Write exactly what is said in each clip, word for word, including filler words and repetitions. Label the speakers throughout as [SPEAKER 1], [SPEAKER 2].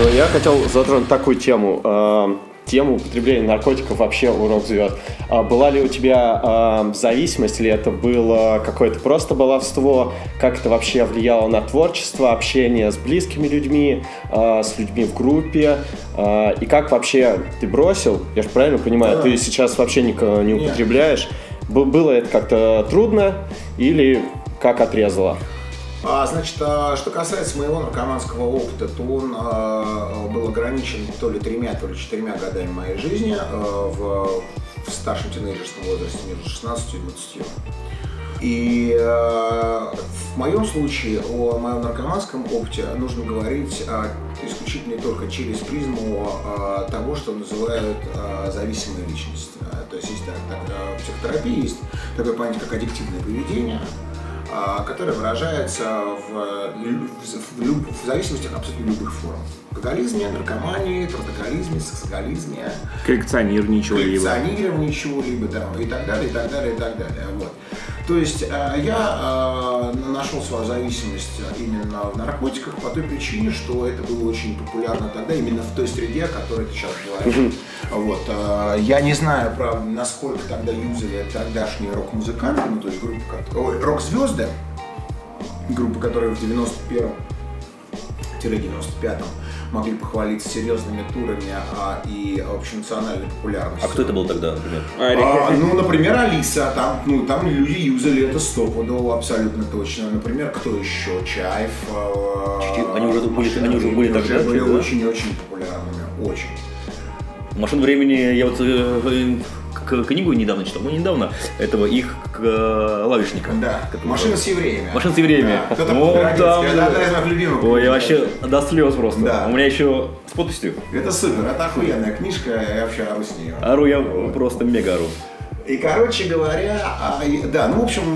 [SPEAKER 1] Я хотел затронуть такую тему. Тему употребления наркотиков вообще у рок-звезд. Была ли у тебя зависимость, или это было какое-то просто баловство? Как это вообще влияло на творчество, общение с близкими людьми, с людьми в группе? И как вообще ты бросил? Я же правильно понимаю, да. Ты сейчас вообще не, не употребляешь. Было это как-то трудно или как отрезало?
[SPEAKER 2] А, значит, а, что касается моего наркоманского опыта, то он а, был ограничен то ли тремя, то ли четырьмя годами моей жизни а, в, в старшем тинейджерском возрасте между шестнадцатью и двадцатью. И а, в моем случае о моем наркоманском опыте нужно говорить а, исключительно только через призму а, того, что называют а, зависимой личностью. То есть, есть так, так, в психотерапии есть такое понятие, как аддиктивное поведение, которая выражается в, в, люб, в зависимости от абсолютно любых форм. Алкоголизме, наркомании, трудоголизме, сексоголизме,
[SPEAKER 1] коллекционировании чего-либо,
[SPEAKER 2] коллекционировании чего-либо, да, и так далее, и так далее, и так далее. Вот. То есть я нашел свою зависимость именно в наркотиках по той причине, что это было очень популярно тогда, именно в той среде, о которой ты сейчас говоришь. Вот. Я не знаю, правда, насколько тогда юзали тогдашние рок-музыканты, ну то есть группы, ой, рок-звезды, группы, которые в девяносто первом — девяносто пятом могли похвалиться серьезными турами а, и общенациональной популярностью.
[SPEAKER 3] А кто это был тогда, например?
[SPEAKER 2] А, ну, например, Алиса. Там, ну, там люди юзали это стопудово, абсолютно точно. Например, кто еще? Чайф.
[SPEAKER 3] А, они уже были, они уже были тогда?
[SPEAKER 2] Они были очень-очень популярными. Очень.
[SPEAKER 3] «Машину времени» я вот книгу недавно читал, ну недавно, этого их клавишника.
[SPEAKER 2] Да, «Машина с евреями».
[SPEAKER 3] «Машина с евреями».
[SPEAKER 2] Да. Кто-то вот там... Это одна из моих любимых.
[SPEAKER 3] Ой, я вообще до слез просто. Да. У меня еще с подписью.
[SPEAKER 2] Это супер, это охуенная книжка, я вообще ору с нее.
[SPEAKER 3] Ору я просто мега ору.
[SPEAKER 2] И, короче говоря, а, да, ну, в общем,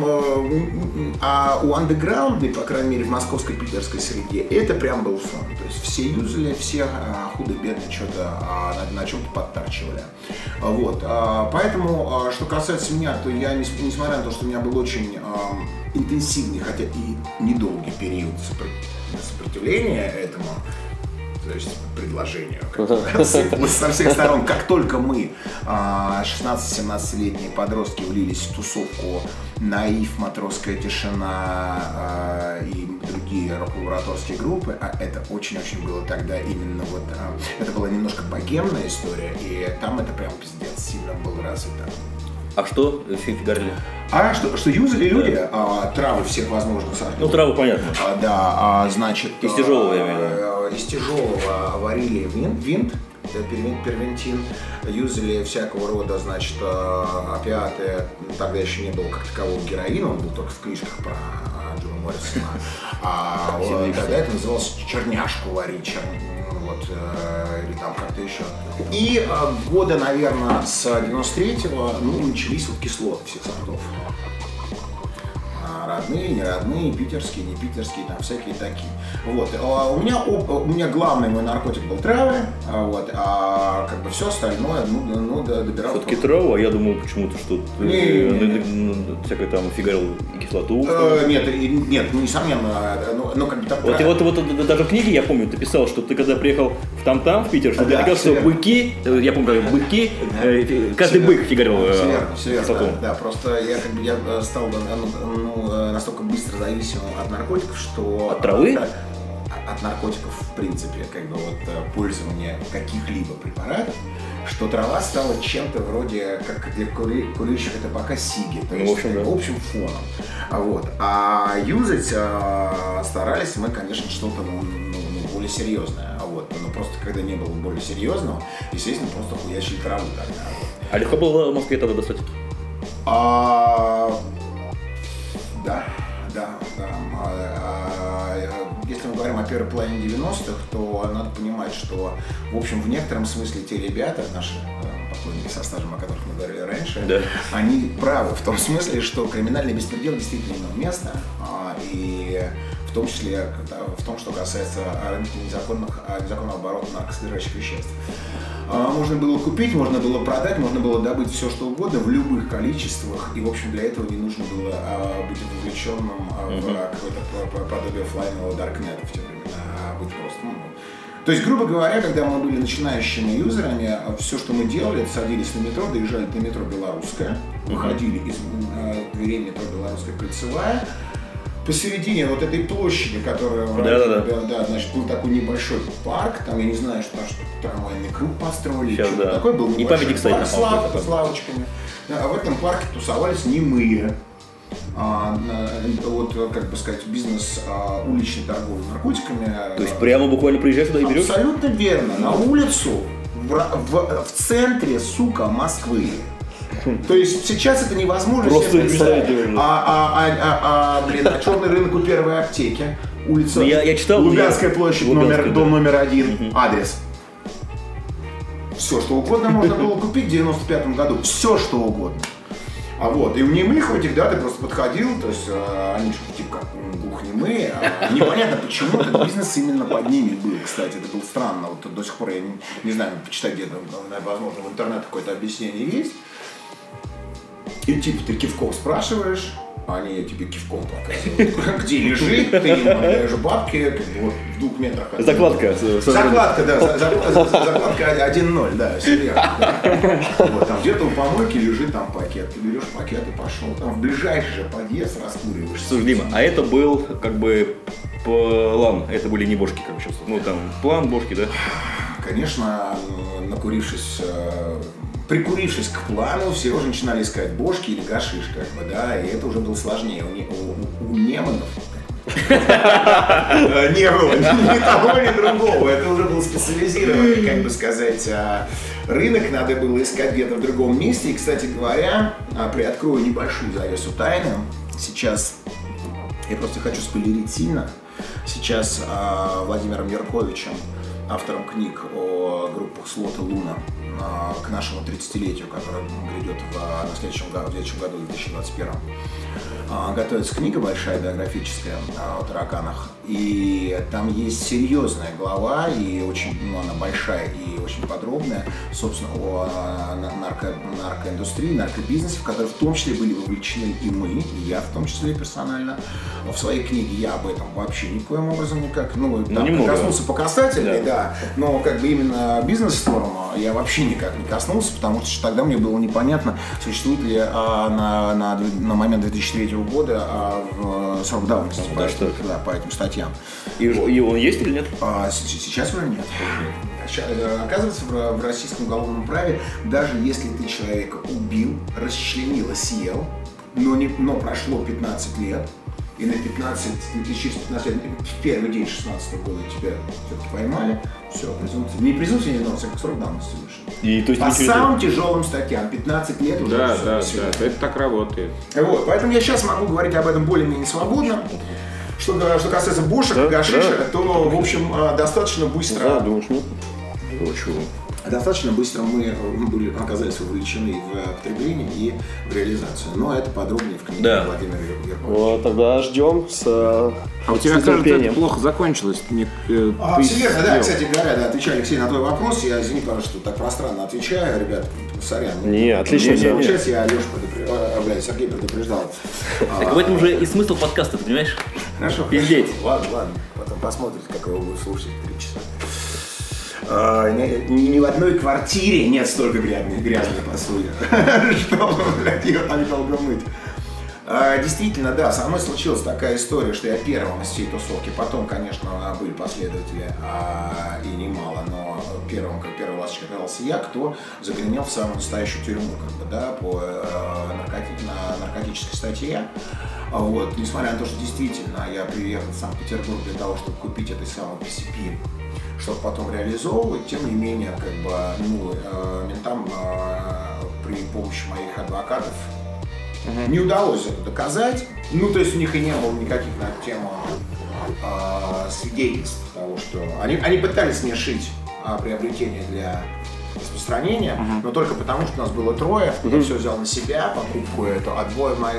[SPEAKER 2] а у андеграундной, по крайней мере, в московской, питерской среде, это прям был фон. То есть все юзали, все а, худо-бедно что-то а, на, на чем-то подтарчивали. Вот, а, поэтому, а, что касается меня, то я, несмотря на то, что у меня был очень а, интенсивный, хотя и недолгий период сопротивления этому, то есть предложению, сыпалось со всех сторон. Как только мы, шестнадцати-семнадцатилетние подростки, влились в тусовку «Наив», «Матросская тишина» и другие рок-лабораторские группы, а это очень-очень было тогда именно вот, это была немножко богемная история, и там это прям пиздец сильно было развито.
[SPEAKER 3] А что фигарили?
[SPEAKER 2] А что, что юзали люди? Да. А, травы всех возможных сортов.
[SPEAKER 3] Ну, травы понятно.
[SPEAKER 2] А, да, а, значит...
[SPEAKER 3] Из тяжелого, я имею в виду.
[SPEAKER 2] Из тяжелого варили винт, винт, первентин, юзали всякого рода, значит, опиаты. Тогда еще не было как такового героина, он был только в книжках про Джона Моррисона. А тогда это называлось черняшку варить, чер... вот, или там как-то еще. И года, наверное, с девяносто третьего, ну, начались вот кислоты всех сортов. Родные, не родные, питерские, не питерские, там всякие такие. Вот. У меня, у меня главный мой наркотик был травы, вот, а как бы все остальное, ну, ну добирал.
[SPEAKER 3] Все-таки трава, я думал почему-то, что всякое там фигарил кислоту.
[SPEAKER 2] Нет, нет, ну несомненно, но как бы так.
[SPEAKER 3] Вот, вот, вот даже в книге, я помню, ты писал, что ты когда приехал в Там-Там, в Питер, что ты говорил, что быки, я помню, быки, каждый бык фигарил кислоту.
[SPEAKER 2] Да, просто я как бы я стал, ну, настолько быстро зависимым от наркотиков, что...
[SPEAKER 3] От травы?
[SPEAKER 2] От, от наркотиков, в принципе, как бы вот пользования каких-либо препаратов, что трава стала чем-то вроде, как для кури, курильщика табака сиги, то есть, ну, в общем, да. общим фоном. Вот. А юзать а, старались мы, конечно, что-то ну, ну, более серьезное. Вот. Но просто когда не было более серьезного, естественно, просто хуячили траву тогда. Вот.
[SPEAKER 3] А легко было в Москве тогда достать?
[SPEAKER 2] А... Да, да, да. А, а, если мы говорим о первой половине девяностых, то надо понимать, что, в общем, в некотором смысле те ребята, наши покойники со стажем, о которых мы говорили раньше, да. Они правы в том смысле, что криминальный беспредел действительно имел место, а, и в том числе в том, что касается незаконных, незаконного оборота наркосодержащих веществ. Можно было купить, можно было продать, можно было добыть все, что угодно в любых количествах, и, в общем, для этого не нужно было а, быть вовлеченным а, в mm-hmm. какое-то подобие оффлайнового даркнета в те времена, а быть просто ну, То есть, грубо говоря, когда мы были начинающими юзерами, все, что мы делали, это садились на метро, доезжали до метро Белорусская, выходили из э, дверей метро Белорусская кольцевая. Посередине вот этой площади, которая в районе, да, да, да, значит, был такой небольшой парк, там, я не знаю, что там что трамвайный круг построили, что-то да. такое, был небольшой парк с, лав, с лавочками. А в этом парке тусовались немые. А, вот, как бы сказать, бизнес а, уличной торговли наркотиками.
[SPEAKER 3] То есть прямо буквально приезжаешь туда и берешь?
[SPEAKER 2] Абсолютно верно. На улицу, в, в, в центре, сука, Москвы. То есть сейчас это невозможно себе представить. А, а, а, а, а, блин, а черный рынок у первой аптеки, улица
[SPEAKER 3] я, я читал,
[SPEAKER 2] Лубянская я... площадь, Лубянская, номер, да. дом номер один, uh-huh. адрес. Все, что угодно можно было купить в девяносто пятом году, все, что угодно. А вот, и у немых этих, да, ты просто подходил, то есть э, они же типа как глухонемые, а непонятно почему этот бизнес именно под ними был, кстати, это было странно, вот до сих пор я не, не знаю, почитать где-то, возможно, в интернете какое-то объяснение есть. И типа ты кивком спрашиваешь, а они тебе кивком показывают, где лежит, ты им даешь бабки, как бы вот в двух метрах. От
[SPEAKER 3] закладка.
[SPEAKER 2] Закладка, да, за, за, за, закладка один ноль, да, все верно. Да. Вот, там где-то у помойки лежит там пакет, ты берешь пакет и пошел, там в ближайший же подъезд раскуриваешься.
[SPEAKER 3] Слушай, Дима, а это был как бы план, это были не бошки, как сейчас, ну там план, бошки, да?
[SPEAKER 2] Конечно, накурившись, прикурившись к плану, все уже начинали искать бошки или гашиш, как бы, да, и это уже было сложнее. У, у, у неманов не было ни того, ни другого. Это уже был специализированный, как бы сказать, рынок, надо было искать где-то в другом месте. И, кстати говоря, приоткрою небольшую завесу тайны. Сейчас, я просто хочу спойлерить сильно, сейчас Владимиром Ярковичем, автором книг о группах Слот и Луна, к нашему тридцатилетию, которое грядет в, на следующем, в следующем году, в две тысячи двадцать первом. Готовится книга большая, биографическая, о тараканах. И там есть серьезная глава, и очень, ну, она большая и очень подробная, собственно, о нарко, наркоиндустрии, наркобизнесе, в который в том числе были вовлечены и мы, и я в том числе персонально. Но в своей книге я об этом вообще никоим образом никак, ну, там ну, коснулся по касательной, да. да, но как бы именно бизнес-сторону я вообще никак не коснулся, потому что тогда мне было непонятно, существует ли а, на, на, на момент две тысячи третьего года а, в, срок давности
[SPEAKER 3] ну,
[SPEAKER 2] по,
[SPEAKER 3] что?
[SPEAKER 2] Да, по этим статьям.
[SPEAKER 3] И, и он есть или нет?
[SPEAKER 2] А, сейчас уже нет. Оказывается, в, в российском уголовном праве, даже если ты человека убил, расчленил и съел, но, не, но прошло пятнадцать лет, и на пятнадцать, через пятнадцать лет, в первый день шестнадцатого года тебя все-таки поймали, все, презумпция, не презумпция невиновности, а как срок давности вышел. И, то есть, по самым не... тяжелым статьям, пятнадцать лет уже.
[SPEAKER 4] Да, да, да, это так работает.
[SPEAKER 2] Вот, поэтому я сейчас могу говорить об этом более-менее свободно. Что, что касается бошек, да, гашиша, да. то, в общем, достаточно быстро...
[SPEAKER 1] Да, думаешь, нет?
[SPEAKER 2] Достаточно быстро мы были, оказались вовлечены в потребление и в реализацию. Но это подробнее в книге да. Владимира Ярковича.
[SPEAKER 1] Вот, тогда ждем с А
[SPEAKER 4] у тебя, кажется, это плохо закончилось. Не, э,
[SPEAKER 2] а, все верно, да, кстати говоря, да, отвечаю, Алексей, на твой вопрос. Я, извини, пожалуйста, что так пространно отвечаю, ребят, сорян.
[SPEAKER 1] Не, отлично.
[SPEAKER 2] Не, не, сейчас я Алеша предупреждал, блядь, Сергей предупреждал.
[SPEAKER 3] Так в этом уже и смысл подкаста, ты понимаешь?
[SPEAKER 2] Хорошо.
[SPEAKER 3] Пиздеть.
[SPEAKER 2] Ладно, ладно, потом посмотрите, как его будут слушать три часа. А, ни, ни в одной квартире нет столько грязной, грязной посуды, что, блядь, ее так долго мыть. А, действительно, да, со мной случилась такая история, что я первым из всей тусовки, потом, конечно, были последователи, а, и немало, но первым, как первый ласточка оказался я, кто загремел в самую настоящую тюрьму, как бы, да, по а, наркоти- на наркотической статье. Вот, несмотря на то, что действительно я приехал в Санкт-Петербург для того, чтобы купить этой самой пи си пи, чтобы потом реализовывать, тем не менее, как бы, ну, э, ментам э, при помощи моих адвокатов uh-huh. не удалось это доказать. Ну, то есть у них и не было никаких на эту тему э, свидетельств того, что они, они пытались мне шить э, приобретение для распространения, uh-huh. но только потому, что нас было трое, uh-huh. я все взял на себя, покупку эту, а двое моих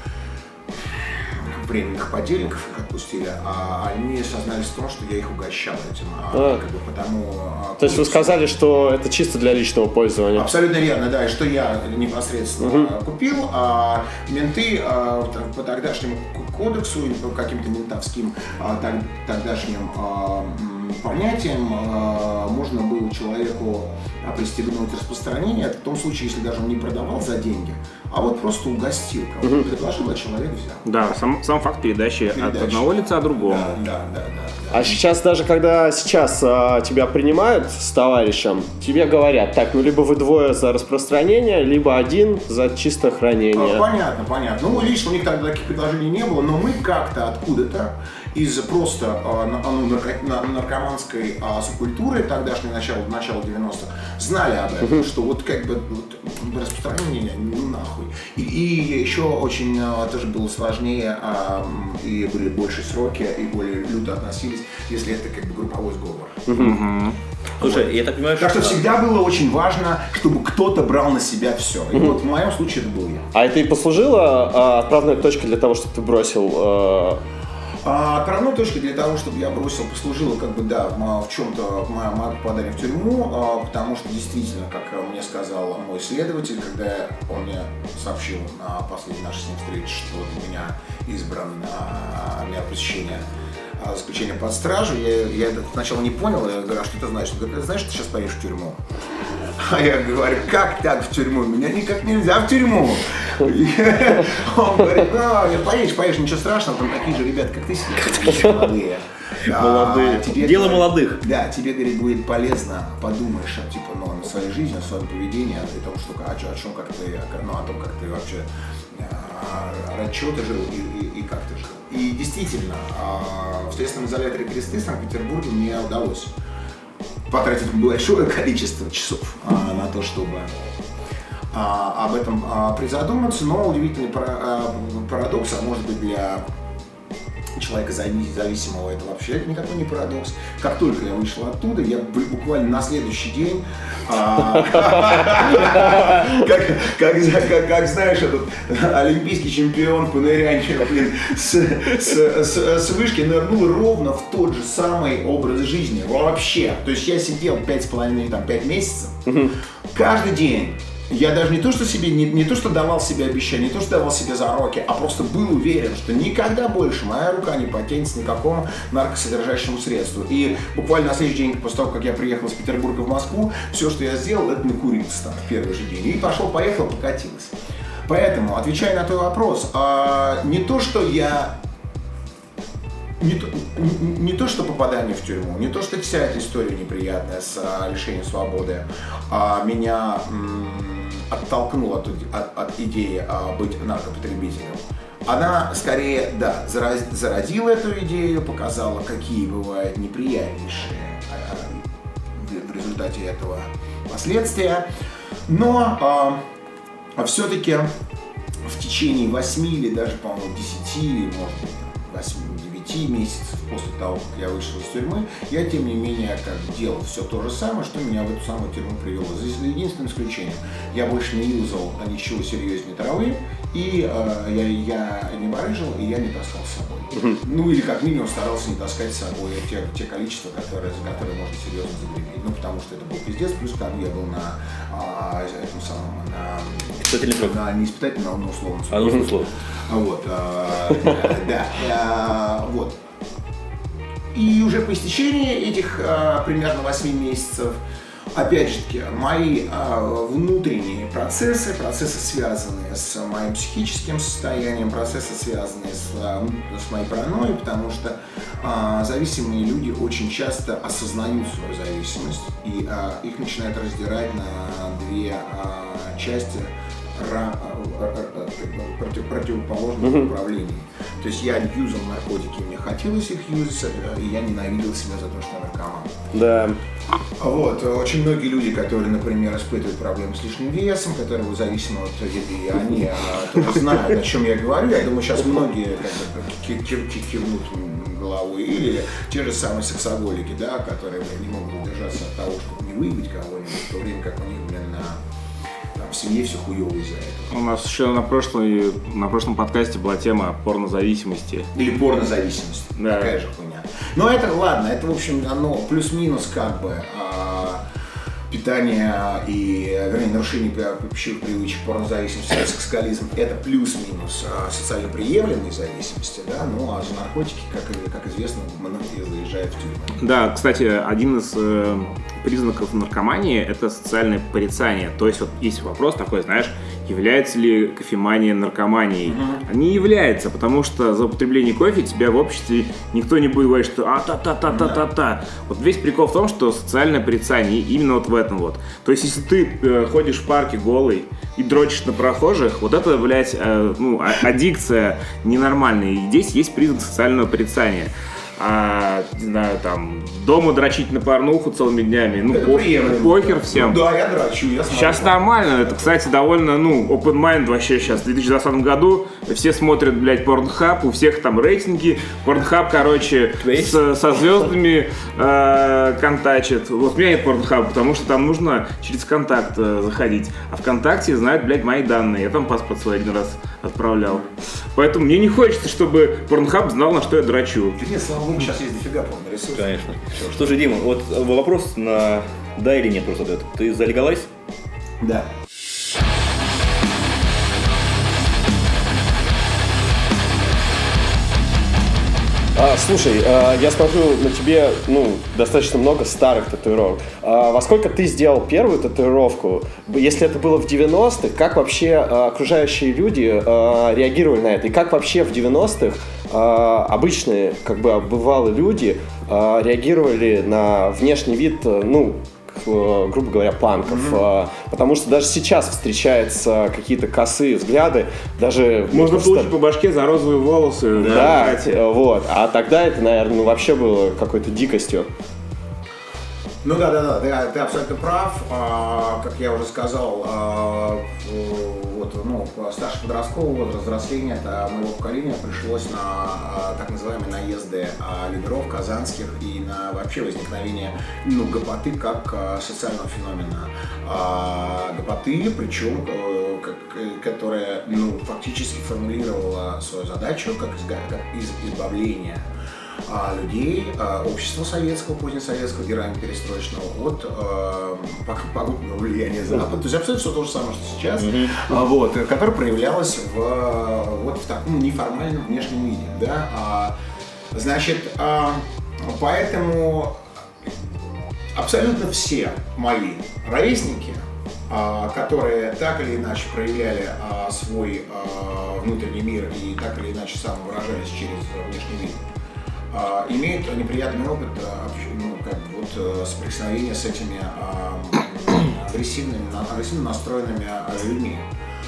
[SPEAKER 2] временных подельников их отпустили, а они сознались в том, что я их угощал этим. А, как бы потому,
[SPEAKER 1] то есть вы сказали, что это чисто для личного пользования?
[SPEAKER 2] Абсолютно верно, да, и что я непосредственно uh-huh. купил, а менты а, по тогдашнему кодексу или по каким-то ментовским а, тогдашним а, понятием можно было человеку пристегнуть распространение, это в том случае, если даже он не продавал за деньги, а вот просто угостил, кого-то предложил, а человек взял.
[SPEAKER 4] Да, сам, сам факт передачи, передачи от одного лица к другому.
[SPEAKER 2] Да, да, да, да,
[SPEAKER 1] а да. Сейчас даже, когда сейчас а, тебя принимают с товарищем, тебе говорят, так, ну либо вы двое за распространение, либо один за чистое хранение.
[SPEAKER 2] А, понятно, понятно. Ну, лично у них тогда таких предложений не было, но мы как-то откуда-то из просто а, ну, нарко- наркоманской а, субкультуры тогдашней, начала, начала девяностых, знали об этом, uh-huh. что вот как бы вот, распространение, ну нахуй. И, и еще очень а, тоже было сложнее, а, и были больше сроки, и более люто относились, если это как бы групповой сговор.
[SPEAKER 3] Uh-huh. Слушай, вот. Я так понимаю,
[SPEAKER 2] так что... что всегда было очень важно, чтобы кто-то брал на себя все. И uh-huh. вот в моем случае это был я.
[SPEAKER 1] А это и послужило а, отправной точкой для того, чтобы ты бросил... А...
[SPEAKER 2] А отправной точкой для того, чтобы я бросил, послужило, как бы, да, в чем-то мое, мое попадание в тюрьму, а, потому что действительно, как мне сказал мой следователь, когда он мне сообщил на последней нашей с ним встрече, что для меня избран а, мера пресечения а, заключения под стражу, я, я это сначала не понял, я говорю, а что это значит? Он говорит, знаешь, ты сейчас поедешь в тюрьму. А я говорю, как так в тюрьму? Меня никак нельзя в тюрьму. Он говорит, ну, поедешь, поедешь, ничего страшного, там такие же ребята, как ты, сидят, молодые.
[SPEAKER 3] Молодые.
[SPEAKER 2] А, тебе,
[SPEAKER 3] дело
[SPEAKER 2] говорит,
[SPEAKER 3] молодых.
[SPEAKER 2] Да, тебе, говорит, будет полезно, подумаешь, типа, ну, на своей жизни, о своем поведении, о том, что, о, о чем, как ты, ну, о том, как ты вообще, ради чего ты жил и, и, и как ты жил. И действительно, в следственном изоляторе Кресты в Санкт-Петербурге мне удалось потратить большое количество часов а, на то, чтобы а, об этом а, призадуматься, но удивительный пара, а, парадокс, а может быть для человека зависимого это вообще никакой не парадокс. Как только я вышел оттуда, я буквально на следующий день, как знаешь, этот олимпийский чемпион по нырянию с вышки нырнул ровно в тот же самый образ жизни. Вообще. То есть я сидел пять с половиной, там, пять месяцев, каждый день. Я даже не то, что себе, не, не то, что давал себе обещания, не то, что давал себе зароки, а просто был уверен, что никогда больше моя рука не потянется ни к какому наркосодержащему средству. И буквально на следующий день, после того, как я приехал из Петербурга в Москву, все, что я сделал, это накуриться там в первый же день. И пошел-поехал, покатилось. Поэтому, отвечая на твой вопрос, а, не то, что я... Не то, не, не то, что попадание в тюрьму, не то, что вся эта история неприятная с а, лишением свободы а, меня м, оттолкнула от, от, от идеи а, быть наркопотребителем. Она скорее, да, зараз, зародила эту идею, показала, какие бывают неприятнейшие а, в, в результате этого последствия. Но а, а все-таки в течение восьми или даже, по-моему, десяти, или, может быть, восьми месяцев после того, как я вышел из тюрьмы, я, тем не менее, как делал все то же самое, что меня в эту самую тюрьму привело. За единственным исключением, я больше не юзал ничего серьезнее травы, и э, я, я не барыжил, и я не таскал с собой. Uh-huh. Ну, или как минимум старался не таскать с собой те, те количества, которые, за которые можно серьезно загреметь. Ну, потому что это был пиздец, плюс к тому я был на а, этом самом, на...
[SPEAKER 3] Испытательный срок.
[SPEAKER 2] На, не испытательный, а на условном
[SPEAKER 3] А нужно условно.
[SPEAKER 2] Вот, а, да, а, вот. И уже по истечении этих а, примерно восьми месяцев, опять же таки, мои а, внутренние процессы, процессы, связанные с моим психическим состоянием, процессы, связанные с, а, с моей паранойей, потому что а, зависимые люди очень часто осознают свою зависимость, и а, их начинают раздирать на две а, части против, противоположных uh-huh. направлений. То есть я юзал наркотики, мне хотелось их юзать, и я ненавидел себя за то, что я наркоман.
[SPEAKER 1] Да.
[SPEAKER 2] Вот. Очень многие люди, которые, например, испытывают проблемы с лишним весом, которые зависимы от еды, они тоже знают, о чем я говорю. Я думаю, сейчас многие как бы кивнут головой. Или те же самые сексоголики, да, которые не могут удержаться от того, чтобы не выебать кого-нибудь, в то время как у них, блин, на в семье все хуёво из-за этого.
[SPEAKER 4] У нас еще на, прошлой, на прошлом подкасте была тема порнозависимости.
[SPEAKER 2] Или порнозависимость.
[SPEAKER 4] Да.
[SPEAKER 2] Такая же хуйня. Но это, ладно, это, в общем, оно плюс-минус как бы а, питание и, вернее, нарушение пищевых привычек, порнозависимость, сексуализм – это плюс-минус социально приемлемые зависимости, да, ну а за наркотики, как, как известно, многие заезжают в тюрьму.
[SPEAKER 4] Да, кстати, один из э, признаков наркомании – это социальное порицание. То есть вот есть вопрос такой, знаешь, является ли кофемания наркоманией? Mm-hmm. Не является, потому что за употребление кофе тебя в обществе никто не будет говорить, что а-та-та-та-та-та-та. Вот весь прикол в том, что социальное порицание именно вот в этом вот. То есть, если ты э, ходишь в парке голый и дрочишь на прохожих, вот это, блядь, э, ну, аддикция ненормальная. И здесь есть признак социального порицания. А, не знаю, там, дома дрочить на порнуху целыми днями, ну, похер, похер всем.
[SPEAKER 2] Ну, да, я дрочу, я смотрю.
[SPEAKER 4] Сейчас нормально, это, кстати, довольно, ну, open mind вообще сейчас, в две тысячи двадцатом году все смотрят, блядь, Pornhub, у всех там рейтинги, Pornhub, короче, с, со звездами э, контачит. Вот у меня нет Pornhub, потому что там нужно через контакт э, заходить, а ВКонтакте знают, блядь, мои данные, я там паспорт свой один раз отправлял. Поэтому мне не хочется, чтобы Pornhub знал, на что я дрочу.
[SPEAKER 2] Нет, слава богу, сейчас есть дофига порно-ресурсов.
[SPEAKER 3] Конечно. Что же, Дима, вот вопрос на да или нет просто дает. Ты за легалайз?
[SPEAKER 2] Да.
[SPEAKER 1] А, слушай, а, я смотрю на тебе, ну, достаточно много старых татуировок. А, во сколько ты сделал первую татуировку? Если это было в девяностых, как вообще а, окружающие люди а, реагировали на это? И как вообще в девяностых а, обычные, как бы, бывалые люди а, реагировали на внешний вид, ну, грубо говоря, панков. Mm-hmm. Потому что даже сейчас встречаются какие-то косые взгляды. Даже
[SPEAKER 4] можно
[SPEAKER 1] просто...
[SPEAKER 4] получить по башке за розовые волосы.
[SPEAKER 1] Да, да, вот. А тогда это, наверное, ну, вообще было какой-то дикостью.
[SPEAKER 2] Ну да, да, да, ты, ты абсолютно прав. А, как я уже сказал, а, вот, ну, старший подростковый возраст, взросление это моего поколения пришлось на а, так называемые наезды а, лидеров казанских и на вообще возникновение, ну, гопоты как а, социального феномена. А, гопоты, причем, а, как, которая, ну, фактически формулировала свою задачу как, из, как из избавления людей, общества советского, позднесоветского, героя перестроечного от э, пагубного влияния Запада. То есть абсолютно все то же самое, что сейчас, mm-hmm. вот, которое проявлялось в, вот, в таком неформальном внешнем виде. Да? А, значит, а, поэтому абсолютно все мои ровесники, а, которые так или иначе проявляли а, свой а, внутренний мир и так или иначе самовыражались через внешний вид, Uh, имеют неприятный опыт uh, ну, как, вот, uh, соприкосновения с этими uh, агрессивными, агрессивно настроенными uh, людьми.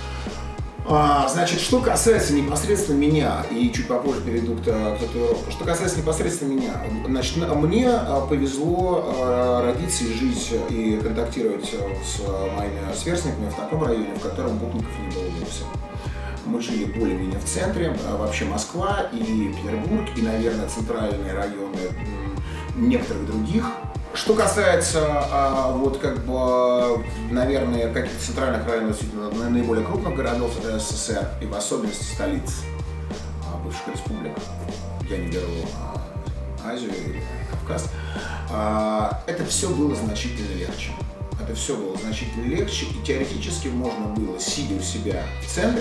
[SPEAKER 2] Uh, значит, что касается непосредственно меня, и чуть попозже перейду к татуировке, что касается непосредственно меня, значит, мне uh, повезло uh, родиться и жить и контактировать с моими сверстниками в таком районе, в котором гопников не было вовсе. Мы жили более-менее в центре, вообще Москва и Петербург, и, наверное, центральные районы некоторых других. Что касается, вот, как бы, наверное, каких-то центральных районов, действительно, наиболее крупных городов СССР, и в особенности столиц бывших республик, я не беру Азию или Кавказ, это все было значительно легче. Это все было значительно легче, и теоретически можно было, сидя у себя в центре,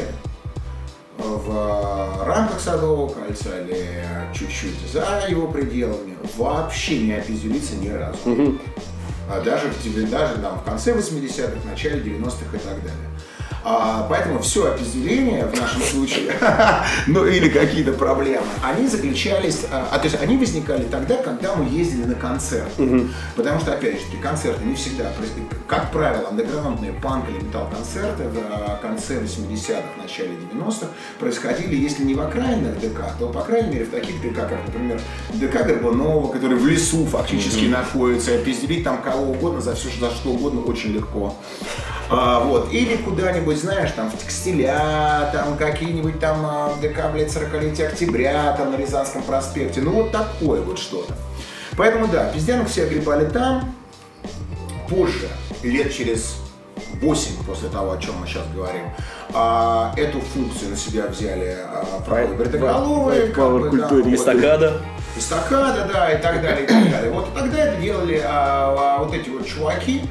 [SPEAKER 2] в рамках Садового кольца или чуть-чуть за его пределами, вообще не опиздюлиться ни разу. Mm-hmm. А даже, даже там, в конце восьмидесятых, в начале девяностых и так далее. А, поэтому все опиздюление в нашем случае, ну или какие-то проблемы, они заключались, а, то есть они возникали тогда, когда мы ездили на концерт. Mm-hmm. Потому что, опять же, концерты не всегда, как правило, андеграундные панк или металл-концерты в конце восьмидесятых, начале девяностых происходили, если не в окраинных ДК, то, по крайней мере, в таких ДК, как, например, ДК Горбунова, который в лесу фактически mm-hmm. находится, и опизделить там кого угодно за все, за что угодно очень легко. А, вот. Или куда-нибудь, знаешь, там в текстиля, там какие-нибудь там ДК, блядь, сорокалетия октября, там на Рязанском проспекте, ну вот такое вот что-то. Поэтому да, пиздянок все огребали там. Позже, лет через восемь после того, о чем мы сейчас говорим, а, эту функцию на себя взяли а, правые бритоголовые,
[SPEAKER 3] да, эстакада.
[SPEAKER 2] Эстакада, да, и так далее, и так далее. Вот тогда это делали а, а, вот эти вот чуваки.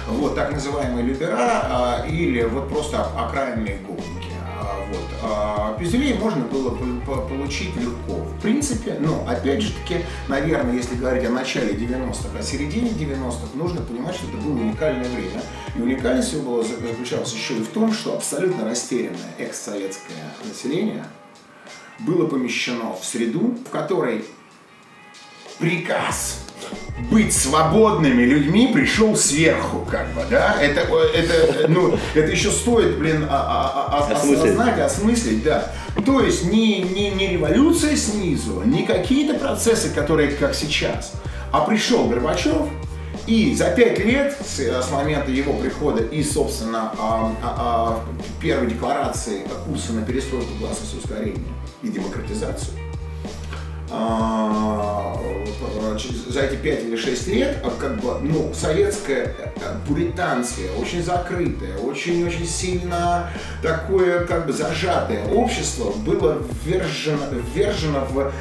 [SPEAKER 2] вот, так называемые любера или вот просто окраинные гопники. Вот. А пиздюлей можно было получить легко. В принципе, но опять же таки, наверное, если говорить о начале девяностых, о середине девяностых, нужно понимать, что это было уникальное время. И уникальность его была, заключалась еще и в том, что абсолютно растерянное экс-советское население было помещено в среду, в которой приказ быть свободными людьми пришел сверху, как бы, да, это, это, ну, это еще стоит, блин, а, а, а, осознать, осмыслить, да. То есть не, не, не революция снизу, не какие-то процессы, которые как сейчас, а пришел Горбачев, и за пять лет с, с момента его прихода и, собственно, а, а, а, первой декларации курса на перестройку, гласности, ускорение и демократизацию, за эти пять или шесть лет, как бы, ну, советское, пуританское, очень закрытое, очень-очень сильно такое, как бы, зажатое общество было ввержено, ввержено в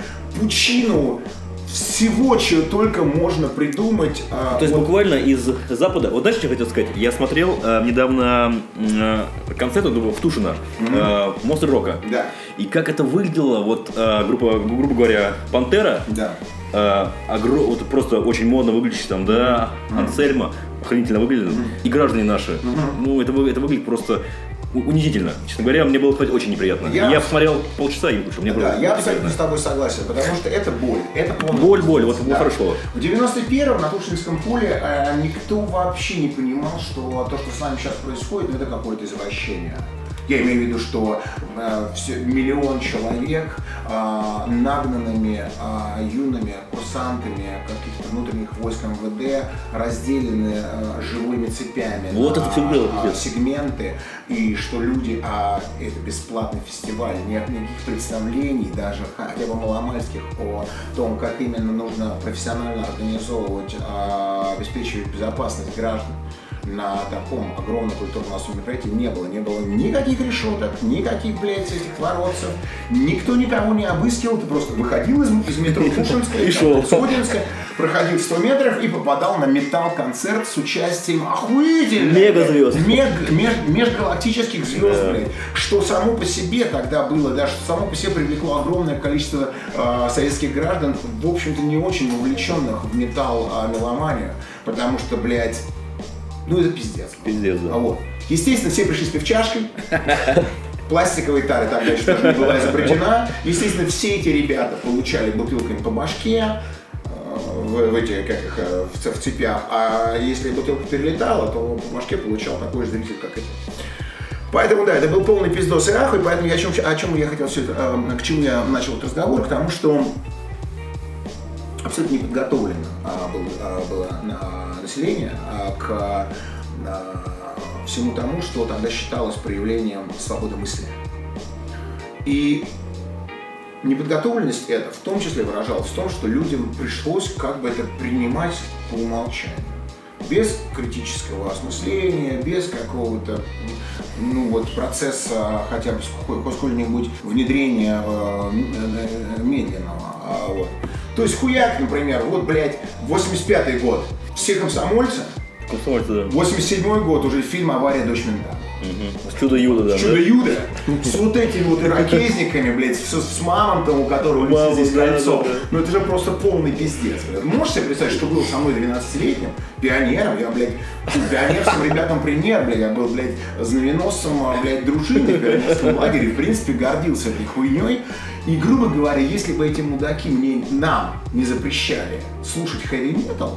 [SPEAKER 2] пучину всего, чего только можно придумать.
[SPEAKER 3] То есть вот. Буквально из Запада. Вот знаешь, что я хотел сказать? Я смотрел э, недавно э, концерт в Тушино, mm-hmm. э, Монстр Рока.
[SPEAKER 2] Да.
[SPEAKER 3] И как это выглядело, вот э, группа, грубо говоря, Пантера. Да. Э, огр... Вот просто очень модно выглядит там, да, mm-hmm. Ансельма, охренительно выглядит. Mm-hmm. И граждане наши. Mm-hmm. Ну, это, это выглядит просто унизительно. Честно говоря, мне было хоть очень неприятно. Я, я посмотрел полчаса и вышел. Мне
[SPEAKER 2] да, было я абсолютно с тобой согласен, потому что это боль. Это
[SPEAKER 3] боль, боль, вот да. Хорошо.
[SPEAKER 2] В девяносто первом на Тушинском поле э, никто вообще не понимал, что то, что с нами сейчас происходит, это какое-то извращение. Я имею в виду, что э, все, миллион человек э, нагнанными э, юными курсантами каких-то внутренних войск эм вэ дэ разделены э, живыми цепями
[SPEAKER 3] вот на это
[SPEAKER 2] э, сегменты, и что люди, а это бесплатный фестиваль, нет никаких представлений, даже хотя бы маломальских, о том, как именно нужно профессионально организовывать, э, обеспечивать безопасность граждан. На таком огромном культурно-массовом мероприятии не было. Не было никаких решеток, никаких, блядь, этих воротцев. Никто никого не обыскивал. Ты просто выходил из, из метро Тушинская,
[SPEAKER 3] и шел.
[SPEAKER 2] Содинская, проходил сто метров и попадал на металл-концерт с участием охуительных
[SPEAKER 3] мега-звезд.
[SPEAKER 2] Меж, меж, межгалактических звезд, да. Блядь. Что само по себе тогда было, да, что само по себе привлекло огромное количество э, советских граждан, в общем-то, не очень вовлеченных в металл-меломанию. Потому что, блядь, ну это пиздец.
[SPEAKER 3] Пиздец, да.
[SPEAKER 2] А вот. Естественно, все пришли с пивчашкой. Пластиковые тары тогда еще тоже не была изобретена. Естественно, все эти ребята получали бутылками по башке в, в, эти, как их, в, в цепях. А если бутылка перелетала, то по башке получал такой же зритель, как это. Поэтому, да, это был полный пиздос и ахуй. Поэтому я о чем, о чем я хотел все это, к чему я начал этот разговор, к тому, что абсолютно не подготовлено было, было население к а, всему тому, что тогда считалось проявлением свободы мысли. И неподготовленность эта в том числе выражалась в том, что людям пришлось как бы это принимать по умолчанию. Без критического осмысления, без какого-то ну, вот, процесса хотя бы сколь-нибудь внедрения э, медленного. А, вот. То есть хуяк, например, вот, блядь, восемьдесят пятый год, все комсомольцы, восемьдесят седьмой год уже фильм «Авария. Дочь мента».
[SPEAKER 3] Угу. С Чудо-Юдо, да.
[SPEAKER 2] С Чудо-Юдо. С вот этими вот ирокезниками, блядь, с, с мамонтом, у которого висит здесь кольцо. Да, да. Ну это же просто полный пиздец, блядь. Можешь себе представить, что было со мной двенадцатилетним пионером? Я, блядь, пионерским ребятам пример, блядь. Я был, блядь, знаменосцем, блядь, дружины в пионерском лагере. В принципе, гордился этой хуйней. И, грубо говоря, если бы эти мудаки мне, нам не запрещали слушать хэви-метал,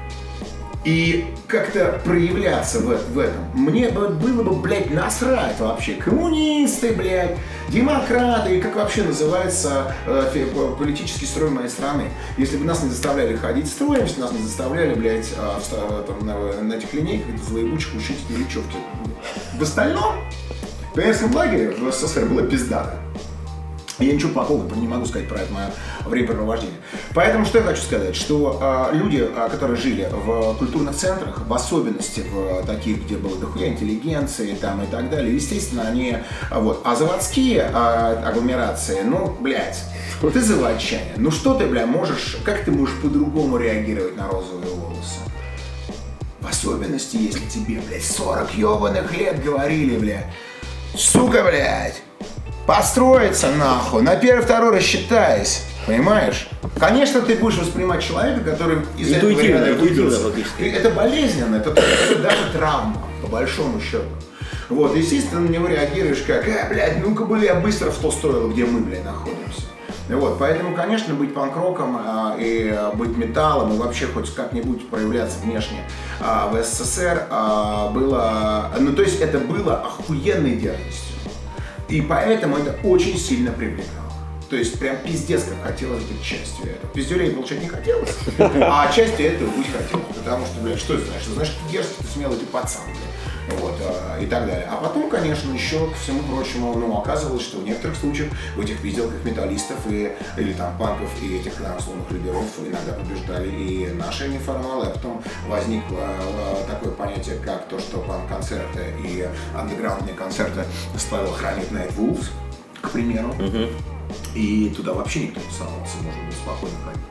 [SPEAKER 2] и как-то проявляться в, в этом. Мне бы, было бы, блядь, насрать вообще. Коммунисты, блядь, демократы, и как вообще называется э, политический строй моей страны. Если бы нас не заставляли ходить строем, если нас не заставляли, блядь, э, там, на, на этих линейках, это злоебучек учить лечевки. В остальном, в пионерском лагере в СССР было пиздато. Я ничего плохого не могу сказать про это мое времяпрепровождение. Поэтому что я хочу сказать, что э, люди, э, которые жили в культурных центрах, в особенности в таких, где было дохуя интеллигенции там, и так далее, естественно, они... Вот. А заводские э, агломерации, ну, блядь, ты заводчане, ну что ты, блядь, можешь... Как ты можешь по-другому реагировать на розовые волосы? В особенности, если тебе, блядь, сорок ебаных лет говорили, блядь. Сука, блядь. Построиться, нахуй. На первый-второй рассчитайся. Понимаешь? Конечно, ты будешь воспринимать человека, который из этого ряда выбился. Это болезненно, это, это даже травма, по большому счету. Вот, естественно, на него реагируешь как, э, блядь, ну-ка, бля, быстро в то стоило, где мы, блядь, находимся. Вот, поэтому, конечно, быть панк-роком а, и а, быть металлом, и вообще хоть как-нибудь проявляться внешне а, в СССР а, было, ну, то есть это было охуенной дерзостью. И поэтому это очень сильно привлекало. То есть прям пиздец, как хотелось быть частью этого. Пиздюлей получать не хотелось, а частью этого быть хотелось. Потому что, блядь, что это значит? Значит, ты дерзкий, ты смелый, ты пацан, блядь. Вот, и так далее. А потом, конечно, еще, ко всему прочему, ну, оказывалось, что в некоторых случаях в этих пизделках металлистов и, или там панков и этих, да, условных лидеров иногда побеждали и наши неформалы. А потом возникло такое понятие, как то, что панк-концерты и андеграундные концерты стал хранить Night Wolves, к примеру. Uh-huh. И туда вообще никто не совался, можно было спокойно ходить.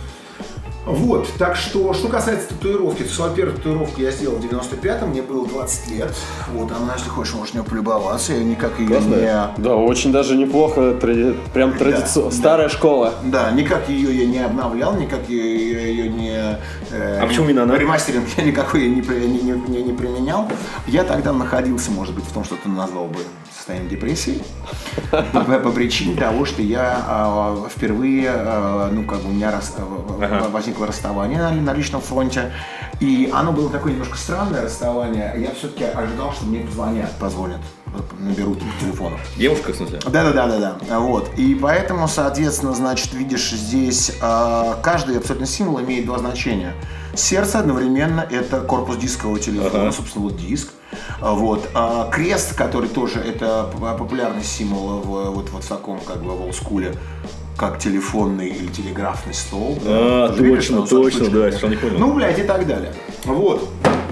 [SPEAKER 2] Вот, так что, что касается татуировки, то свою первую татуировку я сделал в девяносто пятом, мне было двадцать лет. Вот она, если хочешь, можешь не полюбоваться, я никак ее
[SPEAKER 1] Классно.
[SPEAKER 2] не...
[SPEAKER 1] Да, очень даже неплохо, тради... прям традиционная, да, старая да. школа.
[SPEAKER 2] Да, никак ее я не обновлял, никак ее, ее не...
[SPEAKER 3] Э, а почему именно она?
[SPEAKER 2] Ремастеринг я никакой не, не, не, не, не применял. Я тогда находился, может быть, в том, что ты назвал бы состоянием депрессии. По, по причине того, что я а, впервые, а, ну, как бы у меня рас, ага. возникло расставание на, на личном фронте. И оно было такое немножко странное расставание. Я все-таки ожидал, что мне позвонят, позвонят, наберут по телефону.
[SPEAKER 3] Девушка, в смысле?
[SPEAKER 2] Да-да-да-да-да. Вот. И поэтому, соответственно, значит, видишь, здесь а, каждый абсолютно символ имеет два значения. Сердце одновременно это корпус дискового телефона, ага. собственно, вот диск. Вот. А крест, который тоже это популярный символ в, вот, вот в таком как бы в олдскуле, как телефонный или телеграфный стол.
[SPEAKER 3] А,
[SPEAKER 2] да?
[SPEAKER 3] точно, видишь, точно, да, я не понял.
[SPEAKER 2] Ну, блядь, и так далее. Вот.